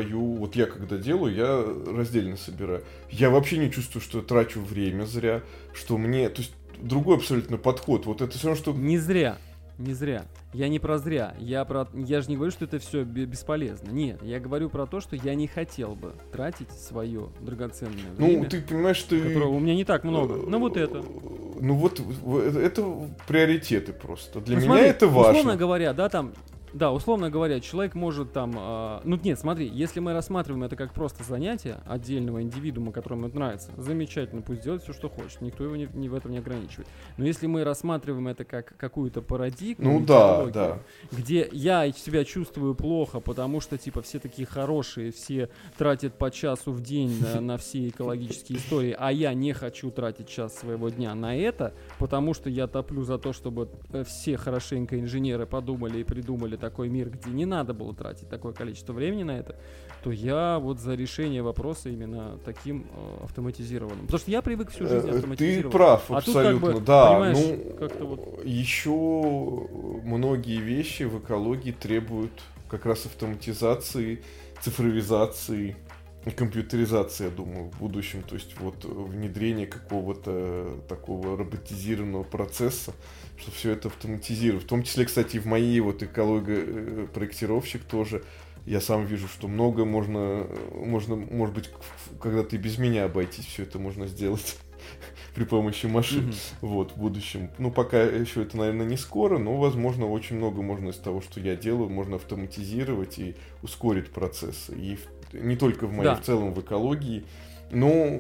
вот я когда делаю, я раздельно собираю. Я вообще не чувствую, что я трачу время зря, что мне... То есть другой абсолютно подход. Вот это все равно, что... Не зря. Не зря. Я не про зря. Я же не говорю, что это все бесполезно. Нет, я говорю про то, что я не хотел бы тратить свое драгоценное время. Ну, ты понимаешь, что... Которого у меня не так много. Ну, вот это. Ну, вот это приоритеты просто. Для меня смотри, это важно. Условно говоря, да, там... Да, условно говоря, человек может там... ну, нет, смотри, если мы рассматриваем это как просто занятие отдельного индивидуума, которому это нравится, замечательно, пусть делает все, что хочет, никто его в этом не ограничивает. Но если мы рассматриваем это как какую-то парадигму, ну, да. где я себя чувствую плохо, потому что, типа, все такие хорошие, все тратят по часу в день на все экологические истории, а я не хочу тратить час своего дня на это, потому что я топлю за то, чтобы все хорошенько инженеры подумали и придумали такой мир, где не надо было тратить такое количество времени на это, то я вот за решение вопроса именно таким автоматизированным. Потому что я привык всю жизнь автоматизировать. Ты прав, абсолютно, тут, как бы, да. вот... еще многие вещи в экологии требуют как раз автоматизации, цифровизации, компьютеризации, я думаю, в будущем. То есть вот внедрение какого-то такого роботизированного процесса, что все это автоматизировать. В том числе, кстати, в моей вот эколого-проектировщик тоже я сам вижу, что много можно, может быть, когда ты без меня обойтись, все это можно сделать при помощи машин, вот, в будущем. Ну, пока еще это, наверное, не скоро, но, возможно, очень много можно из того, что я делаю, можно автоматизировать и ускорить процессы. И не только в моей, в целом в экологии. Но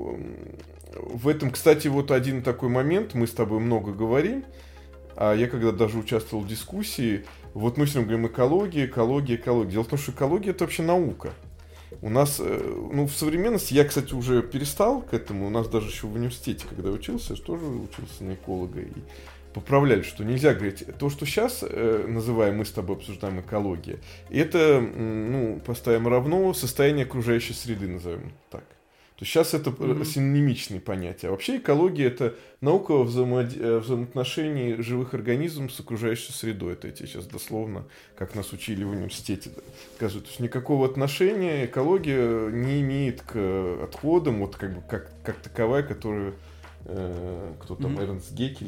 в этом, кстати, вот один такой момент, мы с тобой много говорим, а я когда даже участвовал в дискуссии, вот мы все время говорим экология. Дело в том, что экология — это вообще наука. У нас, ну, в современности, я, кстати, уже перестал к этому, у нас даже еще в университете, когда учился, я же тоже учился на эколога, и поправляли, что нельзя говорить, то, что сейчас называем, мы с тобой обсуждаем экология, это, ну, поставим равно состояние окружающей среды, назовем так. То есть сейчас это синонимичные понятия. А вообще экология — это наука о взаимоотношении живых организмов с окружающей средой. Это я тебе сейчас дословно, как нас учили в университете, сказывают. То есть никакого отношения экология не имеет к отходам, вот как бы как таковая, которую кто там, Эрнст Геккель,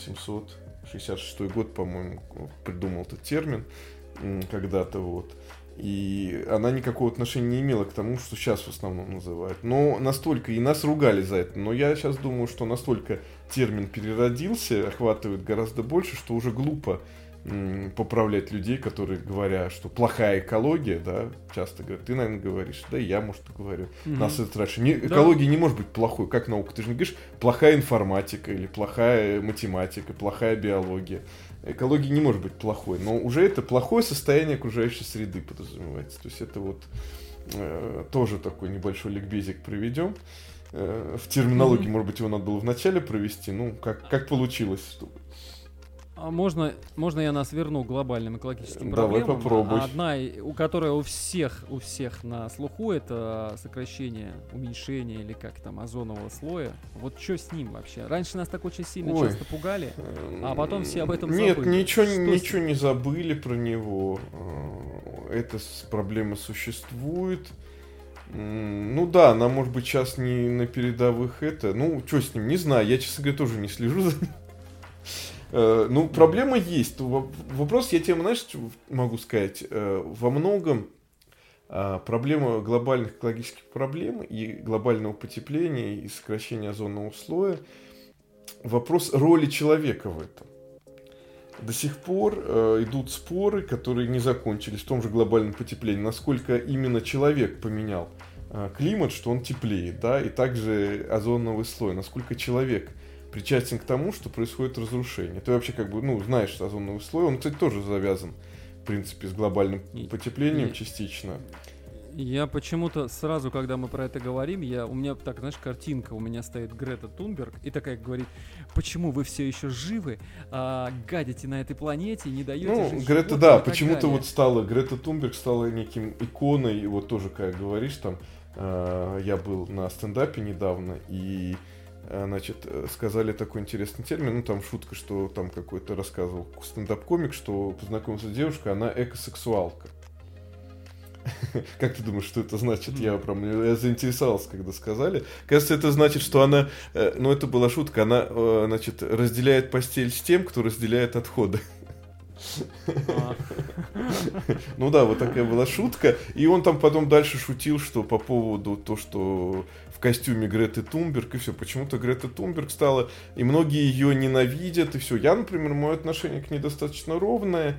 1866 год, по-моему, придумал этот термин когда-то, вот. И она никакого отношения не имела к тому, что сейчас в основном называют. Но настолько, и нас ругали за это, но я сейчас думаю, что настолько термин переродился, охватывает гораздо больше, что уже глупо поправлять людей, которые говорят, что плохая экология, да, часто говорят, ты, наверное, говоришь, да, и я, может, говорю, нас это раньше. Экология не может быть плохой, как наука, ты же не говоришь, плохая информатика, или плохая математика, плохая биология. Экология не может быть плохой, но уже это плохое состояние окружающей среды подразумевается. То есть это вот тоже такой небольшой ликбезик проведем. В терминологии, может быть, его надо было вначале провести, ну, как получилось, чтобы... А можно я нас верну к глобальным экологическим проблемам? Давай попробуй. Одна, которая у всех на слуху, это сокращение, уменьшение или как там озонового слоя. Вот что с ним вообще? Раньше нас так очень сильно часто пугали, а потом все об этом забыли. Нет, ничего не забыли про него. Эта проблема существует. Ну да, она может быть сейчас не на передовых ну, что с ним, не знаю, я, честно говоря, тоже не слежу за ним. Ну, проблема есть. Вопрос, я тебе, знаешь, могу сказать, во многом проблема глобальных экологических проблем и глобального потепления и сокращения озонового слоя, вопрос роли человека в этом. До сих пор идут споры, которые не закончились в том же глобальном потеплении, насколько именно человек поменял климат, что он теплеет, да, и также озоновый слой, насколько человек причастен к тому, что происходит разрушение. Ты вообще как бы, ну, знаешь, озоновый слой, он, кстати, тоже завязан, в принципе, с глобальным потеплением частично. Я почему-то сразу, когда мы про это говорим, у меня так, знаешь, картинка, у меня стоит Грета Тунберг и такая говорит, почему вы все еще живы, гадите на этой планете, не даете жить Грета, животным, да, почему-то вот Грета Тунберг стала неким иконой, вот тоже, как говоришь, там, я был на стендапе недавно, и значит, сказали такой интересный термин, ну, там шутка, что там какой-то рассказывал стендап-комик, что познакомился с девушкой, она экосексуалка. Как ты думаешь, что это значит? Я заинтересовался, когда сказали. Кажется, это значит, что она, ну это была шутка, она, значит, разделяет постель с тем, кто разделяет отходы. Ну да, вот такая была шутка. И он там потом дальше шутил, что по поводу того, что в костюме Греты Тунберг, и все. Почему-то Грета Тунберг стала, и многие ее ненавидят, и все. Я, например, мое отношение к ней достаточно ровное.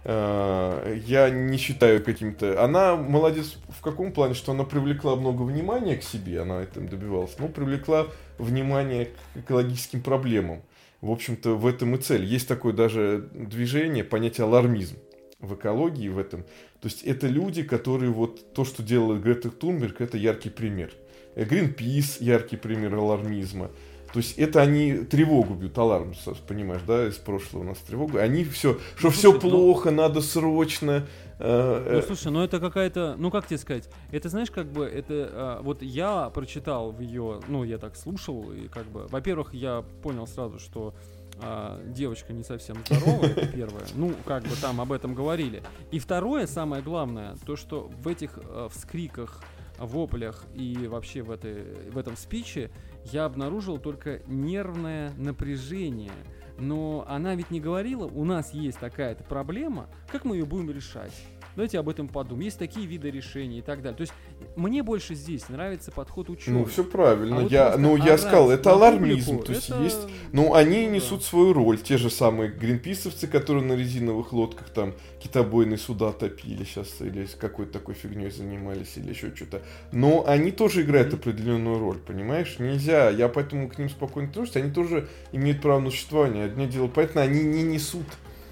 Я не считаю каким-то... Она молодец в каком плане, что она привлекла много внимания к себе, она этим добивалась, но привлекла внимание к экологическим проблемам. В общем-то, в этом и цель. Есть такое даже движение, понятие алармизм в экологии в этом. То есть это люди, которые вот то, что делает Грета Тунберг, это яркий пример. Greenpeace яркий пример алармизма. То есть это они тревогу бьют, аларм, понимаешь, да, из прошлого у нас тревогу. Они все, что все плохо, надо срочно. Ну слушай, ну это какая-то, ну как тебе сказать, это знаешь, как бы это, вот я прочитал в ее, ну я так слушал, и как бы, во-первых, я понял сразу, что девочка не совсем здоровая, это первое, ну как бы там об этом говорили. И второе, самое главное, то, что в этих вскриках, воплях и вообще в этом спиче я обнаружил только нервное напряжение. Но она ведь не говорила, у нас есть такая-то проблема, как мы ее будем решать? Давайте об этом подумаем. Есть такие виды решений и так далее. То есть мне больше здесь нравится подход ученых. Ну, все правильно. Я сказал, это алармизм. То есть есть... Ну, они несут свою роль. Те же самые гринписовцы, которые на резиновых лодках там китобойные суда топили сейчас, или какой-то такой фигней занимались, или еще что-то. Но они тоже играют определенную роль, понимаешь? Нельзя. Я поэтому к ним спокойно отношусь. Они тоже имеют право на существование. Одно дело, поэтому они не несут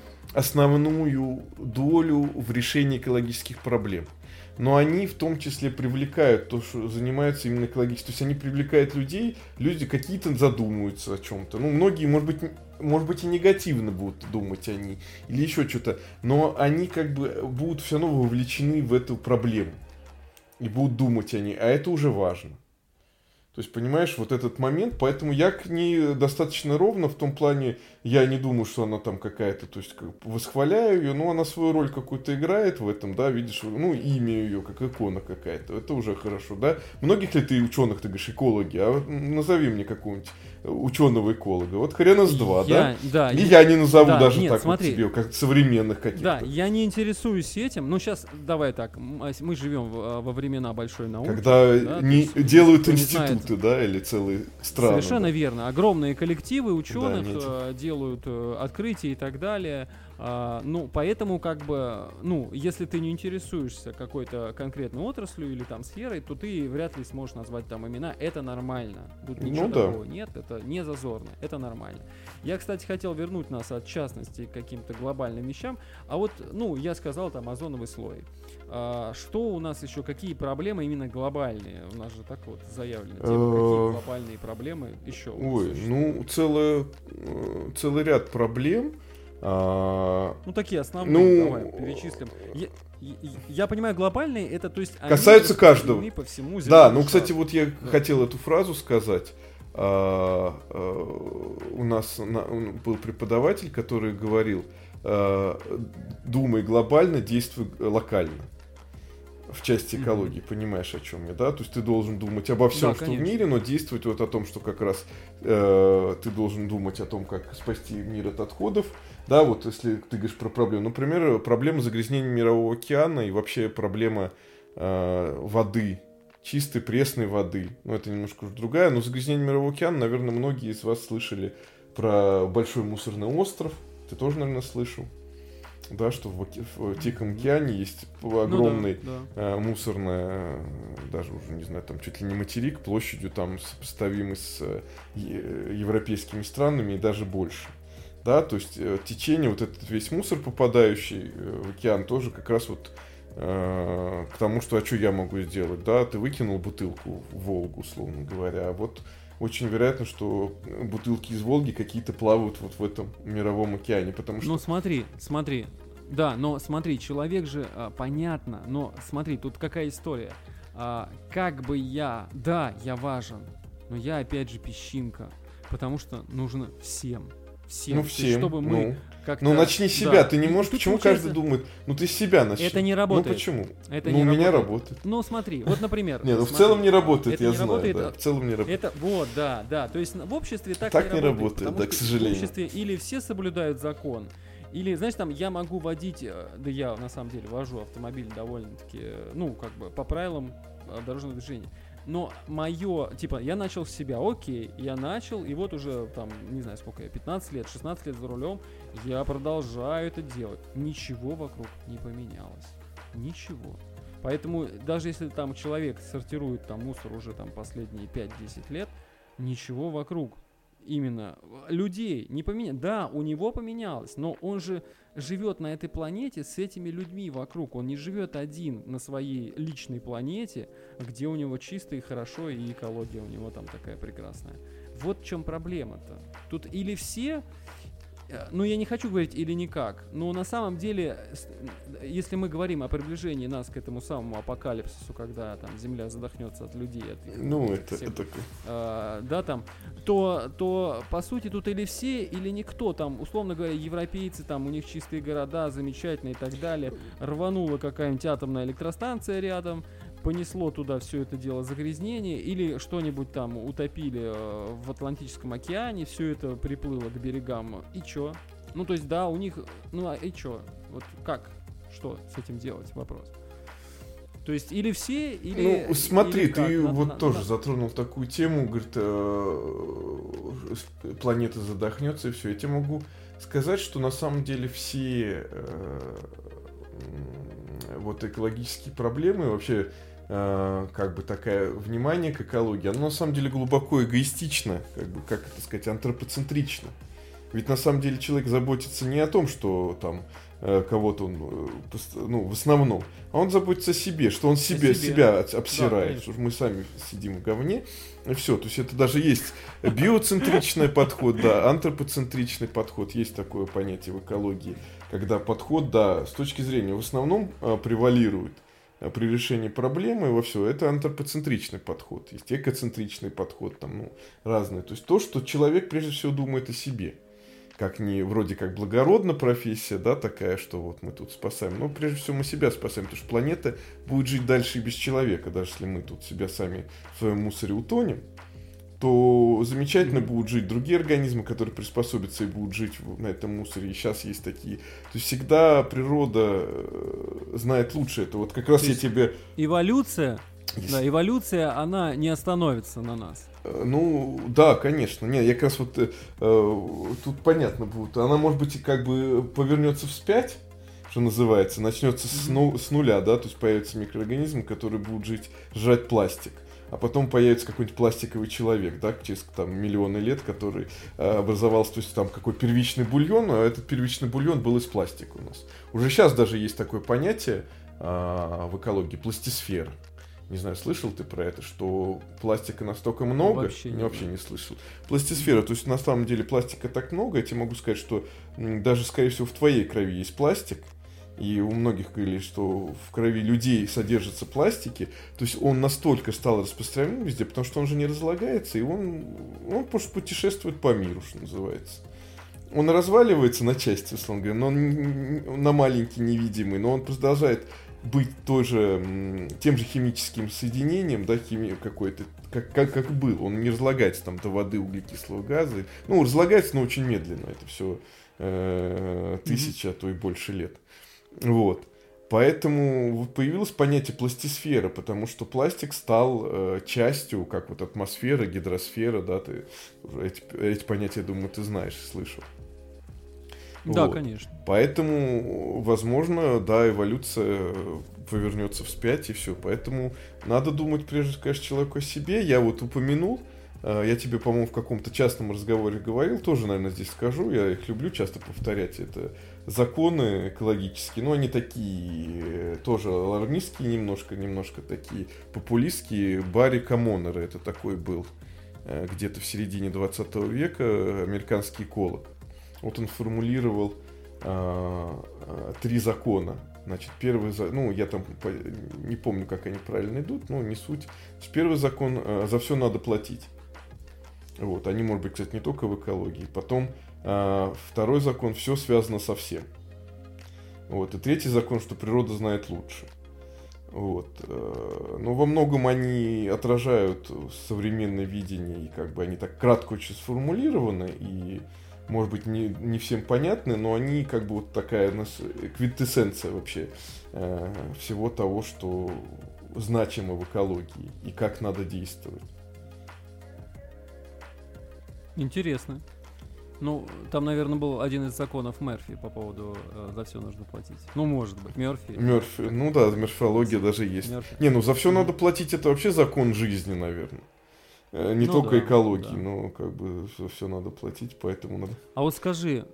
основную долю в решении экологических проблем. Но они в том числе привлекают то, что занимаются именно экологическим. То есть они привлекают людей, люди какие-то задумываются о чем-то. Ну, многие, может быть и негативно будут думать они, или еще что-то. Но они как бы будут все равно вовлечены в эту проблему. И будут думать о ней, а это уже важно. То есть, понимаешь, вот этот момент, поэтому я к ней достаточно ровно, в том плане, я не думаю, что она там какая-то, то есть, восхваляю ее, но она свою роль какую-то играет в этом, да, видишь, ну, имя ее, как икона какая-то, это уже хорошо, да. Многих ли ты ученых, ты говоришь, экологи, а вот назови мне какого-нибудь ученого-эколога, вот хрена с два, да? Да. И я не назову даже нет, так смотри, вот тебе, как современных каких-то. Да, я не интересуюсь этим, ну, сейчас, давай так, мы живем во времена большой науки. Когда да, делают институты, да, или целые страны. Совершенно да. верно. Огромные коллективы ученых Да, делают открытия и так далее. Ну, поэтому, как бы, ну, если ты не интересуешься какой-то конкретной отраслью или там сферой, то ты вряд ли сможешь назвать там имена. Это нормально. Тут ничего такого нет, это не зазорно, это нормально. Я, кстати, хотел вернуть нас от частности к каким-то глобальным вещам. А вот, ну, я сказал там озоновый слой. Что у нас еще, какие проблемы именно глобальные? У нас же так вот заявлено. Какие глобальные проблемы еще? Ой, ну, целый ряд проблем. Ну, такие основные, давай перечислим. Я понимаю, глобальные, это, то есть, касается каждого. По всему да, ну, кстати, вот я хотел эту фразу сказать. У нас был преподаватель, который говорил: думай глобально, действуй локально. В части экологии, понимаешь, о чем я, да? То есть ты должен думать обо всем, что в мире, но действовать вот о том, что как раз ты должен думать о том, как спасти мир от отходов. Да, вот если ты говоришь про проблему, например, проблема загрязнения Мирового океана и вообще проблема воды, чистой пресной воды. Ну, это немножко другая, но загрязнение Мирового океана, наверное, многие из вас слышали про большой мусорный остров. Ты тоже, наверное, слышал. Да, что в Тихом океане есть огромный мусорный, даже уже, не знаю, там чуть ли не материк, площадью там сопоставимый с европейскими странами и даже больше. Да, то есть течение, вот этот весь мусор, попадающий в океан, тоже как раз вот к тому, что, а что я могу сделать, да, ты выкинул бутылку в Волгу, условно говоря, а вот очень вероятно, что бутылки из Волги какие-то плавают вот в этом Мировом океане, потому что... Ну смотри, да, но смотри, человек же, понятно, но смотри, тут какая история, как бы я важен, но я опять же песчинка, потому что нужно всем. Ну, всем, чтобы мы как-то... Ну, начни с себя, ты не можешь, почему каждый думает, ну, ты с себя начни. Это не работает. Ну, почему? Это ну, не у меня работает. работает. Ну, смотри, вот, например... Не, ну, в целом не работает, это я не знаю, работает, да, в целом не работает. Это, вот, да, то есть в обществе так не работает, работает, да, к сожалению. В обществе или все соблюдают закон, или, знаешь, там, я могу водить, да я, на самом деле, вожу автомобиль довольно-таки, ну, как бы, по правилам дорожного движения. Но мое, типа, я начал с себя, окей, я начал, и вот уже там, не знаю сколько я, 15 лет, 16 лет за рулем, я продолжаю это делать. Ничего вокруг не поменялось. Ничего. Поэтому даже если там человек сортирует там мусор уже там последние 5-10 лет, ничего вокруг именно людей не поменялось. Да, у него поменялось, но он же живет на этой планете с этими людьми вокруг. Он не живет один на своей личной планете, где у него чисто и хорошо, и экология у него там такая прекрасная. Вот в чем проблема-то. Тут или все, ну я не хочу говорить или никак, но на самом деле, если мы говорим о приближении нас к этому самому апокалипсису, когда там Земля задохнется от людей, ну это да, там, то по сути тут или все, или никто, там, условно говоря, европейцы, там у них чистые города, замечательные и так далее, рванула какая-нибудь атомная электростанция рядом, понесло туда все это дело загрязнение, или что-нибудь там утопили в Атлантическом океане, все это приплыло к берегам, и чё? Ну, то есть, да, у них, ну, и чё? Вот как? Что с этим делать? Вопрос. То есть, или все, или... Ну, смотри, или ты вот тоже затронул такую тему, говорит, планета задохнется, и все. Я тебе могу сказать, что на самом деле все вот экологические проблемы, вообще как бы такое внимание к экологии, оно на самом деле глубоко эгоистично, как бы, как это сказать, антропоцентрично. Ведь на самом деле человек заботится не о том, что там кого-то он, ну, в основном, а он заботится о себе, что он себя обсирает, да, что мы сами сидим в говне, и все. То есть это даже есть биоцентричный подход, да, антропоцентричный подход, есть такое понятие в экологии, когда подход, да, с точки зрения в основном превалирует при решении проблемы во все, это антропоцентричный подход, есть экоцентричный подход, там, ну, разные. То есть то, что человек прежде всего думает о себе. Как не вроде как благородная профессия, да, такая, что вот мы тут спасаем, но прежде всего мы себя спасаем, потому что планета будет жить дальше и без человека, даже если мы тут себя сами в своем мусоре утонем, то замечательно будут жить другие организмы, которые приспособятся и будут жить на этом мусоре, и сейчас есть такие. То есть всегда природа знает лучше это. Вот как раз я тебе... Эволюция, да, эволюция, она не остановится на нас. Ну, да, конечно. Нет, я как раз вот тут понятно будет. Она, может быть, и как бы повернется вспять, что называется, начнется с нуля, да, то есть появятся микроорганизмы, которые будут жрать пластик. А потом появится какой-нибудь пластиковый человек, да, через там миллионы лет, который образовался, то есть там какой первичный бульон, а этот первичный бульон был из пластика у нас. Уже сейчас даже есть такое понятие в экологии — пластисфера. Не знаю, слышал ты про это, что пластика настолько много? Вообще не слышал. Пластисфера, то есть на самом деле пластика так много, я тебе могу сказать, что даже, скорее всего, в твоей крови есть пластик, и у многих говорили, что в крови людей содержатся пластики, то есть он настолько стал распространен везде, потому что он же не разлагается, и он просто путешествует по миру, что называется. Он разваливается на части, условно говоря, но он на маленький, невидимый, но он продолжает быть тем же химическим соединением, да, какой-то, как был. Он не разлагается там до воды, углекислого газа. Ну, разлагается, но очень медленно. Это все тысячи, а то и больше лет. Вот. Поэтому появилось понятие пластисфера, потому что пластик стал частью, как вот атмосфера, гидросфера, да, ты эти понятия, я думаю, ты знаешь, слышал. Да, вот. Конечно. Поэтому, возможно, да, эволюция повернется вспять и все. Поэтому надо думать, прежде, конечно, человеку о себе. Я вот упомянул, я тебе, по-моему, в каком-то частном разговоре говорил, тоже, наверное, здесь скажу, я их люблю часто повторять. Это законы экологические, но они такие тоже алармистские немножко такие популистские. Барри Коммонер, это такой был где-то в середине 20 века американский эколог. Вот он формулировал 3 закона. Значит, первый, ну, я там не помню, как они правильно идут, но не суть. Первый закон — за все надо платить. Вот, они, может быть, кстати, не только в экологии. Потом Второй закон — все связано со всем. Вот. И третий закон, что природа знает лучше. Вот. Но во многом они отражают современное видение, и как бы они так кратко очень сформулированы, и, может быть, не всем понятны, но они как бы вот такая у нас квинтэссенция вообще всего того, что значимо в экологии, и как надо действовать. Интересно. Ну, там, наверное, был один из законов Мерфи по поводу «за все нужно платить». Ну, может быть, Мерфи. Ну да, морфология даже есть. Мерфи. Не, ну за все надо платить, это вообще закон жизни, наверное. Не Ну только да, экологии, да. но как бы все надо платить, поэтому надо... А вот скажи,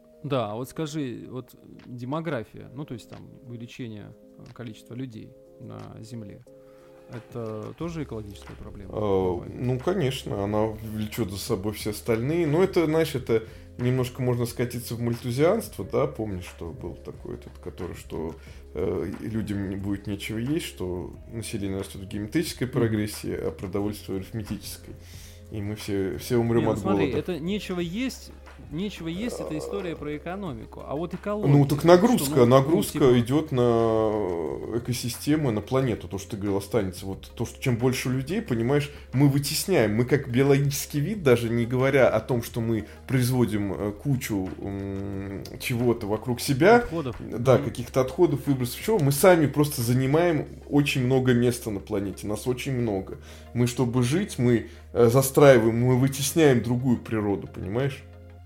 вот демография, ну, то есть там увеличение количества людей на Земле, это тоже экологическая проблема? Ну, конечно, она влечет за собой все остальные. Но это, знаешь, это немножко можно скатиться в мальтузианство, да, помнишь, что был такой этот, который, что людям будет нечего есть, что население растет в геометрической прогрессии, а продовольствие в арифметической. И мы все умрем от смотри, голода. это нечего есть, это история про экономику. А вот экология. Ну, так нагрузка, что, нагрузка идет на экосистемы, на планету. То, что ты говорил, останется. Вот то, что чем больше людей, понимаешь, мы вытесняем. Мы как биологический вид, даже не говоря о том, что мы производим кучу чего-то вокруг себя. Отходов. Да, каких-то отходов, выбросов, чего. Мы сами просто занимаем очень много места на планете. Нас очень много. Мы, чтобы жить, мы застраиваем, мы вытесняем другую природу, понимаешь?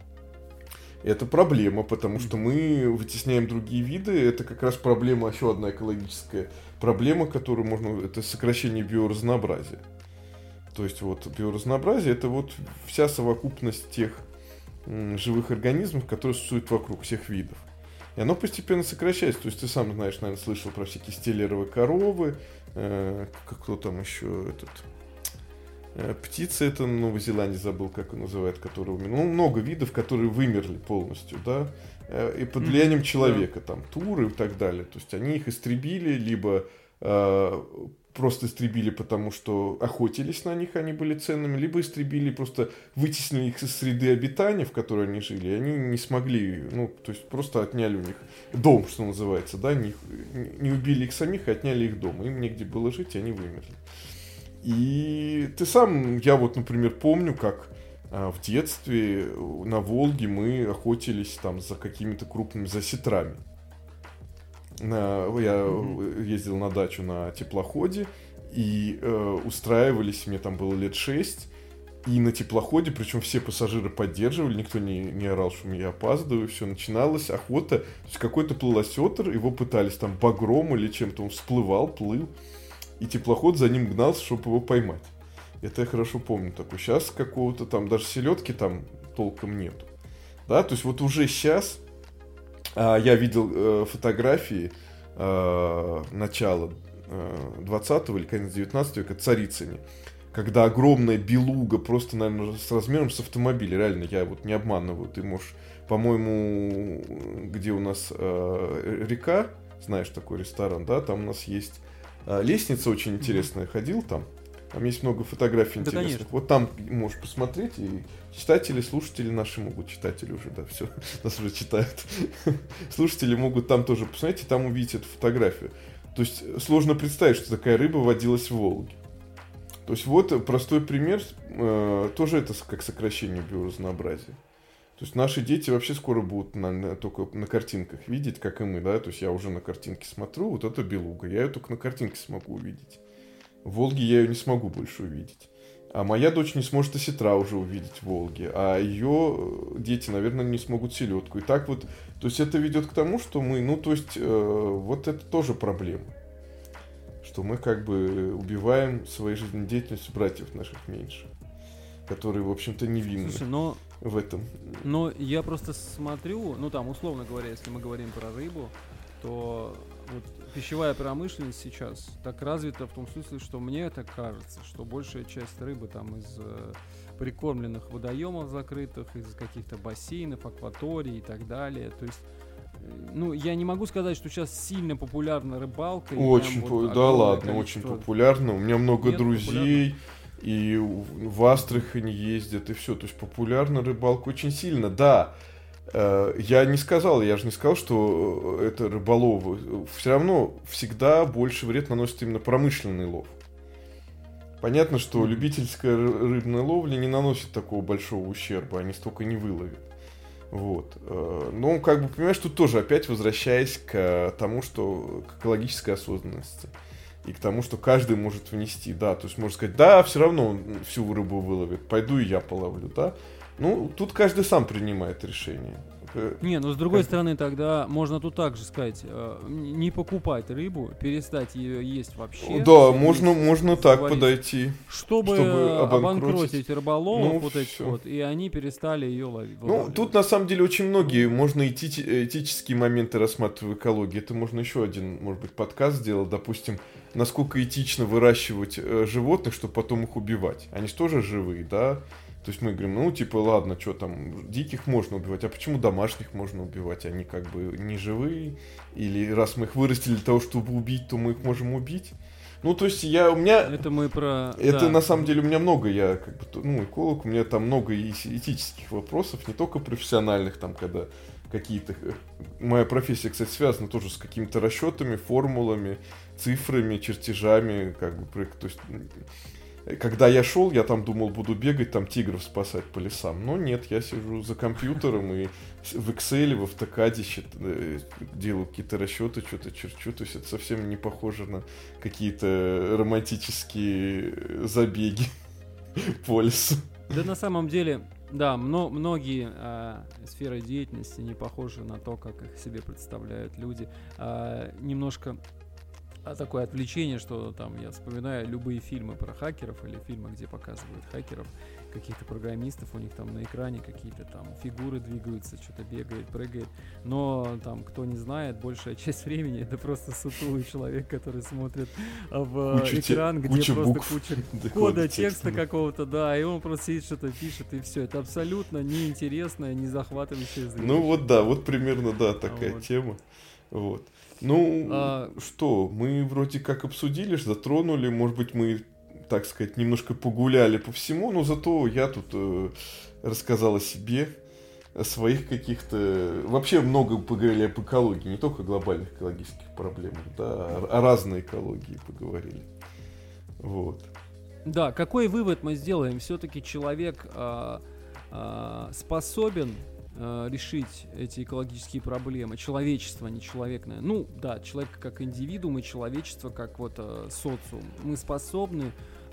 Это проблема, потому что мы вытесняем другие виды. Это как раз проблема, еще одна экологическая проблема, которую можно... Это сокращение биоразнообразия. То есть вот биоразнообразие — это вот вся совокупность тех живых организмов, которые существуют вокруг всех видов. И оно постепенно сокращается. То есть ты сам знаешь, наверное, слышал про всякие стеллеровые коровы, кто там еще этот... Птицы, это на Новой Зеландии, забыл, как он называет, которые умерли. Ну, много видов, которые вымерли полностью, да, и под влиянием человека, там, туры и так далее. То есть они их истребили, либо просто истребили, потому что охотились на них, они были ценными, либо истребили, просто вытеснили их из среды обитания, в которой они жили, и они не смогли, ну, то есть просто отняли у них дом, что называется, да, не убили их самих, а отняли их дом, им негде было жить, и они вымерли. И ты сам, я вот, например, помню, как в детстве на Волге мы охотились там за какими-то крупными, за сетрами. Я ездил на дачу на теплоходе и устраивались, мне там было лет 6, и на теплоходе, причем все пассажиры поддерживали, никто не орал, что я опаздываю, все, начиналась охота, то есть какой-то плыл осетр, его пытались там багром или чем-то, он всплывал, плыл. И теплоход за ним гнался, чтобы его поймать. Это я хорошо помню такое. Сейчас какого-то там, даже селедки там толком нету. Да, то есть вот уже сейчас я видел фотографии начала 20-го или конец 19 века Царицыне, когда огромная белуга, просто, наверное, с размером с автомобиля. Реально, я вот не обманываю. Ты можешь, по-моему, где у нас река, знаешь такой ресторан, да, там у нас есть лестница очень интересная, ходил там. Там есть много фотографий интересных. Конечно. Вот там можешь посмотреть, и читатели, слушатели наши могут, читатели уже, да, все, нас уже читают. Слушатели могут там тоже посмотреть, и там увидеть эту фотографию. То есть сложно представить, что такая рыба водилась в Волге. То есть вот простой пример, тоже это как сокращение биоразнообразия. То есть наши дети вообще скоро будут только на картинках видеть, как и мы, да, то есть я уже на картинке смотрю, вот это белуга, я ее только на картинке смогу увидеть. В Волге я ее не смогу больше увидеть. А моя дочь не сможет осетра уже увидеть в Волге, а ее дети, наверное, не смогут селедку. И так вот, то есть это ведет к тому, что мы, ну, то есть вот это тоже проблема. Что мы как бы убиваем своей жизнедеятельностью братьев наших меньших, которые, в общем-то, невинны. Слушай, но в этом. Но я просто смотрю, ну там, условно говоря, если мы говорим про рыбу, то вот пищевая промышленность сейчас так развита в том смысле, что мне так кажется, что большая часть рыбы там из прикормленных водоемов закрытых, из каких-то бассейнов, акваторий и так далее. То есть, ну, я не могу сказать, что сейчас сильно популярна рыбалка. Очень, да ладно, очень популярно. У меня много друзей. и в Астрахань ездят, и все. То есть популярна рыбалка очень сильно. Да, я же не сказал, что это рыболовы. Все равно всегда больше вред наносит именно промышленный лов. Понятно, что любительская рыбная ловля не наносит такого большого ущерба, они столько не выловят. Вот. Но, как бы, понимаешь, тут тоже опять возвращаясь к тому, что к экологической осознанности. И к тому, что каждый может внести, да, то есть можно сказать, да, все равно он всю рыбу выловит, пойду и я половлю, да. Ну, тут каждый сам принимает решение. Не, но с другой стороны, тогда можно тут также сказать, не покупать рыбу, перестать ее есть вообще. Да, можно так подойти. Чтобы обанкротить рыболовов вот этих вот, и они перестали ее ловить. Ну, тут на самом деле очень многие, можно этические моменты рассматривать в экологии. Это можно еще один, может быть, подкаст сделать, допустим, насколько этично выращивать животных, чтобы потом их убивать. Они же тоже живые, да? То есть мы говорим, ну, типа, ладно, что там, диких можно убивать, а почему домашних можно убивать? Они как бы не живые? Или раз мы их вырастили для того, чтобы убить, то мы их можем убить? Ну, то есть Это мы про... Это да. На самом деле у меня много, я как бы, ну, эколог, у меня там много этических вопросов, не только профессиональных, там, когда какие-то... Моя профессия, кстати, связана тоже с какими-то расчетами, формулами, цифрами, чертежами, как бы, то есть... Когда я шел, я там думал, буду бегать, там тигров спасать по лесам. Но нет, я сижу за компьютером и в Excel, в AutoCAD делаю какие-то расчеты, что-то черчу. То есть это совсем не похоже на какие-то романтические забеги по лесу. Да, на самом деле, да, многие сферы деятельности не похожи на то, как их себе представляют люди. Немножко... такое отвлечение, что там я вспоминаю любые фильмы про хакеров или фильмы, где показывают хакеров, каких-то программистов, у них там на экране какие-то там фигуры двигаются, что-то бегает, прыгает, но там, кто не знает, большая часть времени это просто сутулый человек, который смотрит в экран, где куча просто букв, куча кода, текста какого-то, да, и он просто сидит, что-то пишет, и все. Это абсолютно неинтересное, не захватывающее зрелище. Ну вот да, вот примерно, да, такая тема. Вот. Ну, что, мы вроде как обсудили, затронули, может быть, мы, так сказать, немножко погуляли по всему, но зато я тут рассказал о себе, о своих каких-то... Вообще много поговорили об экологии, не только о глобальных экологических проблемах, да, о разной экологии поговорили. Вот. Да, какой вывод мы сделаем? Все-таки человек способен решить эти экологические проблемы. Человечество, не человек, наверное. Ну, да, человек как индивидуум и человечество как вот социум. Мы способны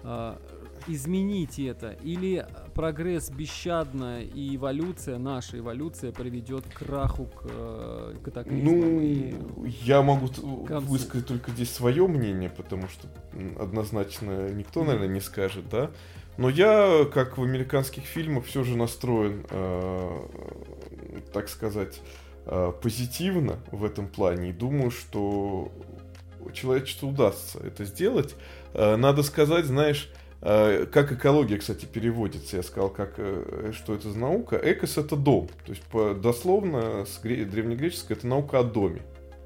изменить это? Или прогресс бесщадно и эволюция, наша эволюция приведет к краху, к катаклизмам? Ну, я могу высказать только здесь свое мнение, потому что однозначно никто, наверное, не скажет, да? Но я, как в американских фильмах, все же настроен, так сказать, позитивно в этом плане. И думаю, что человечеству удастся это сделать. Надо сказать, знаешь, как экология, кстати, переводится. Я сказал, что это за наука. Экос — это дом. То есть, дословно, с древнегреческого, это наука о доме.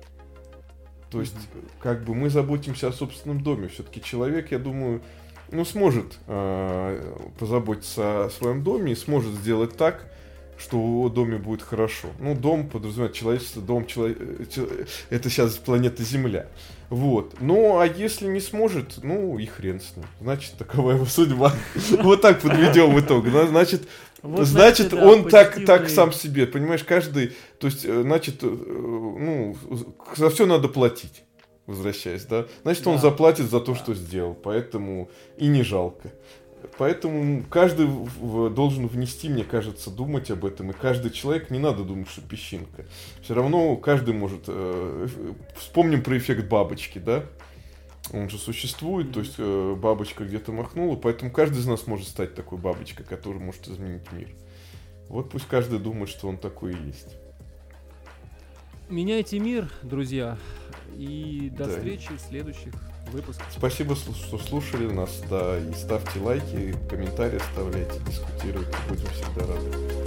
То есть, как бы мы заботимся о собственном доме. Все-таки человек, я думаю... сможет позаботиться о своем доме и сможет сделать так, что в его доме будет хорошо. Ну, дом подразумевает человечество, это сейчас планета Земля. Вот. Ну, а если не сможет, ну, и хрен с ним. Значит, такова его судьба. Вот так подведем итог. Значит, он так сам себе, понимаешь, каждый, то есть, значит, за все надо платить. Возвращаясь, да? Значит, он заплатит за то, что сделал, поэтому и не жалко. Поэтому каждый должен внести, мне кажется, думать об этом, и каждый человек, не надо думать, что песчинка. Все равно каждый может... Вспомним про эффект бабочки, да? Он же существует, то есть бабочка где-то махнула, поэтому каждый из нас может стать такой бабочкой, которая может изменить мир. Вот пусть каждый думает, что он такой и есть. Меняйте мир, друзья, и до встречи в следующих выпусках. Спасибо, что слушали нас, да, и ставьте лайки, комментарии оставляйте, дискутируйте, будем всегда рады.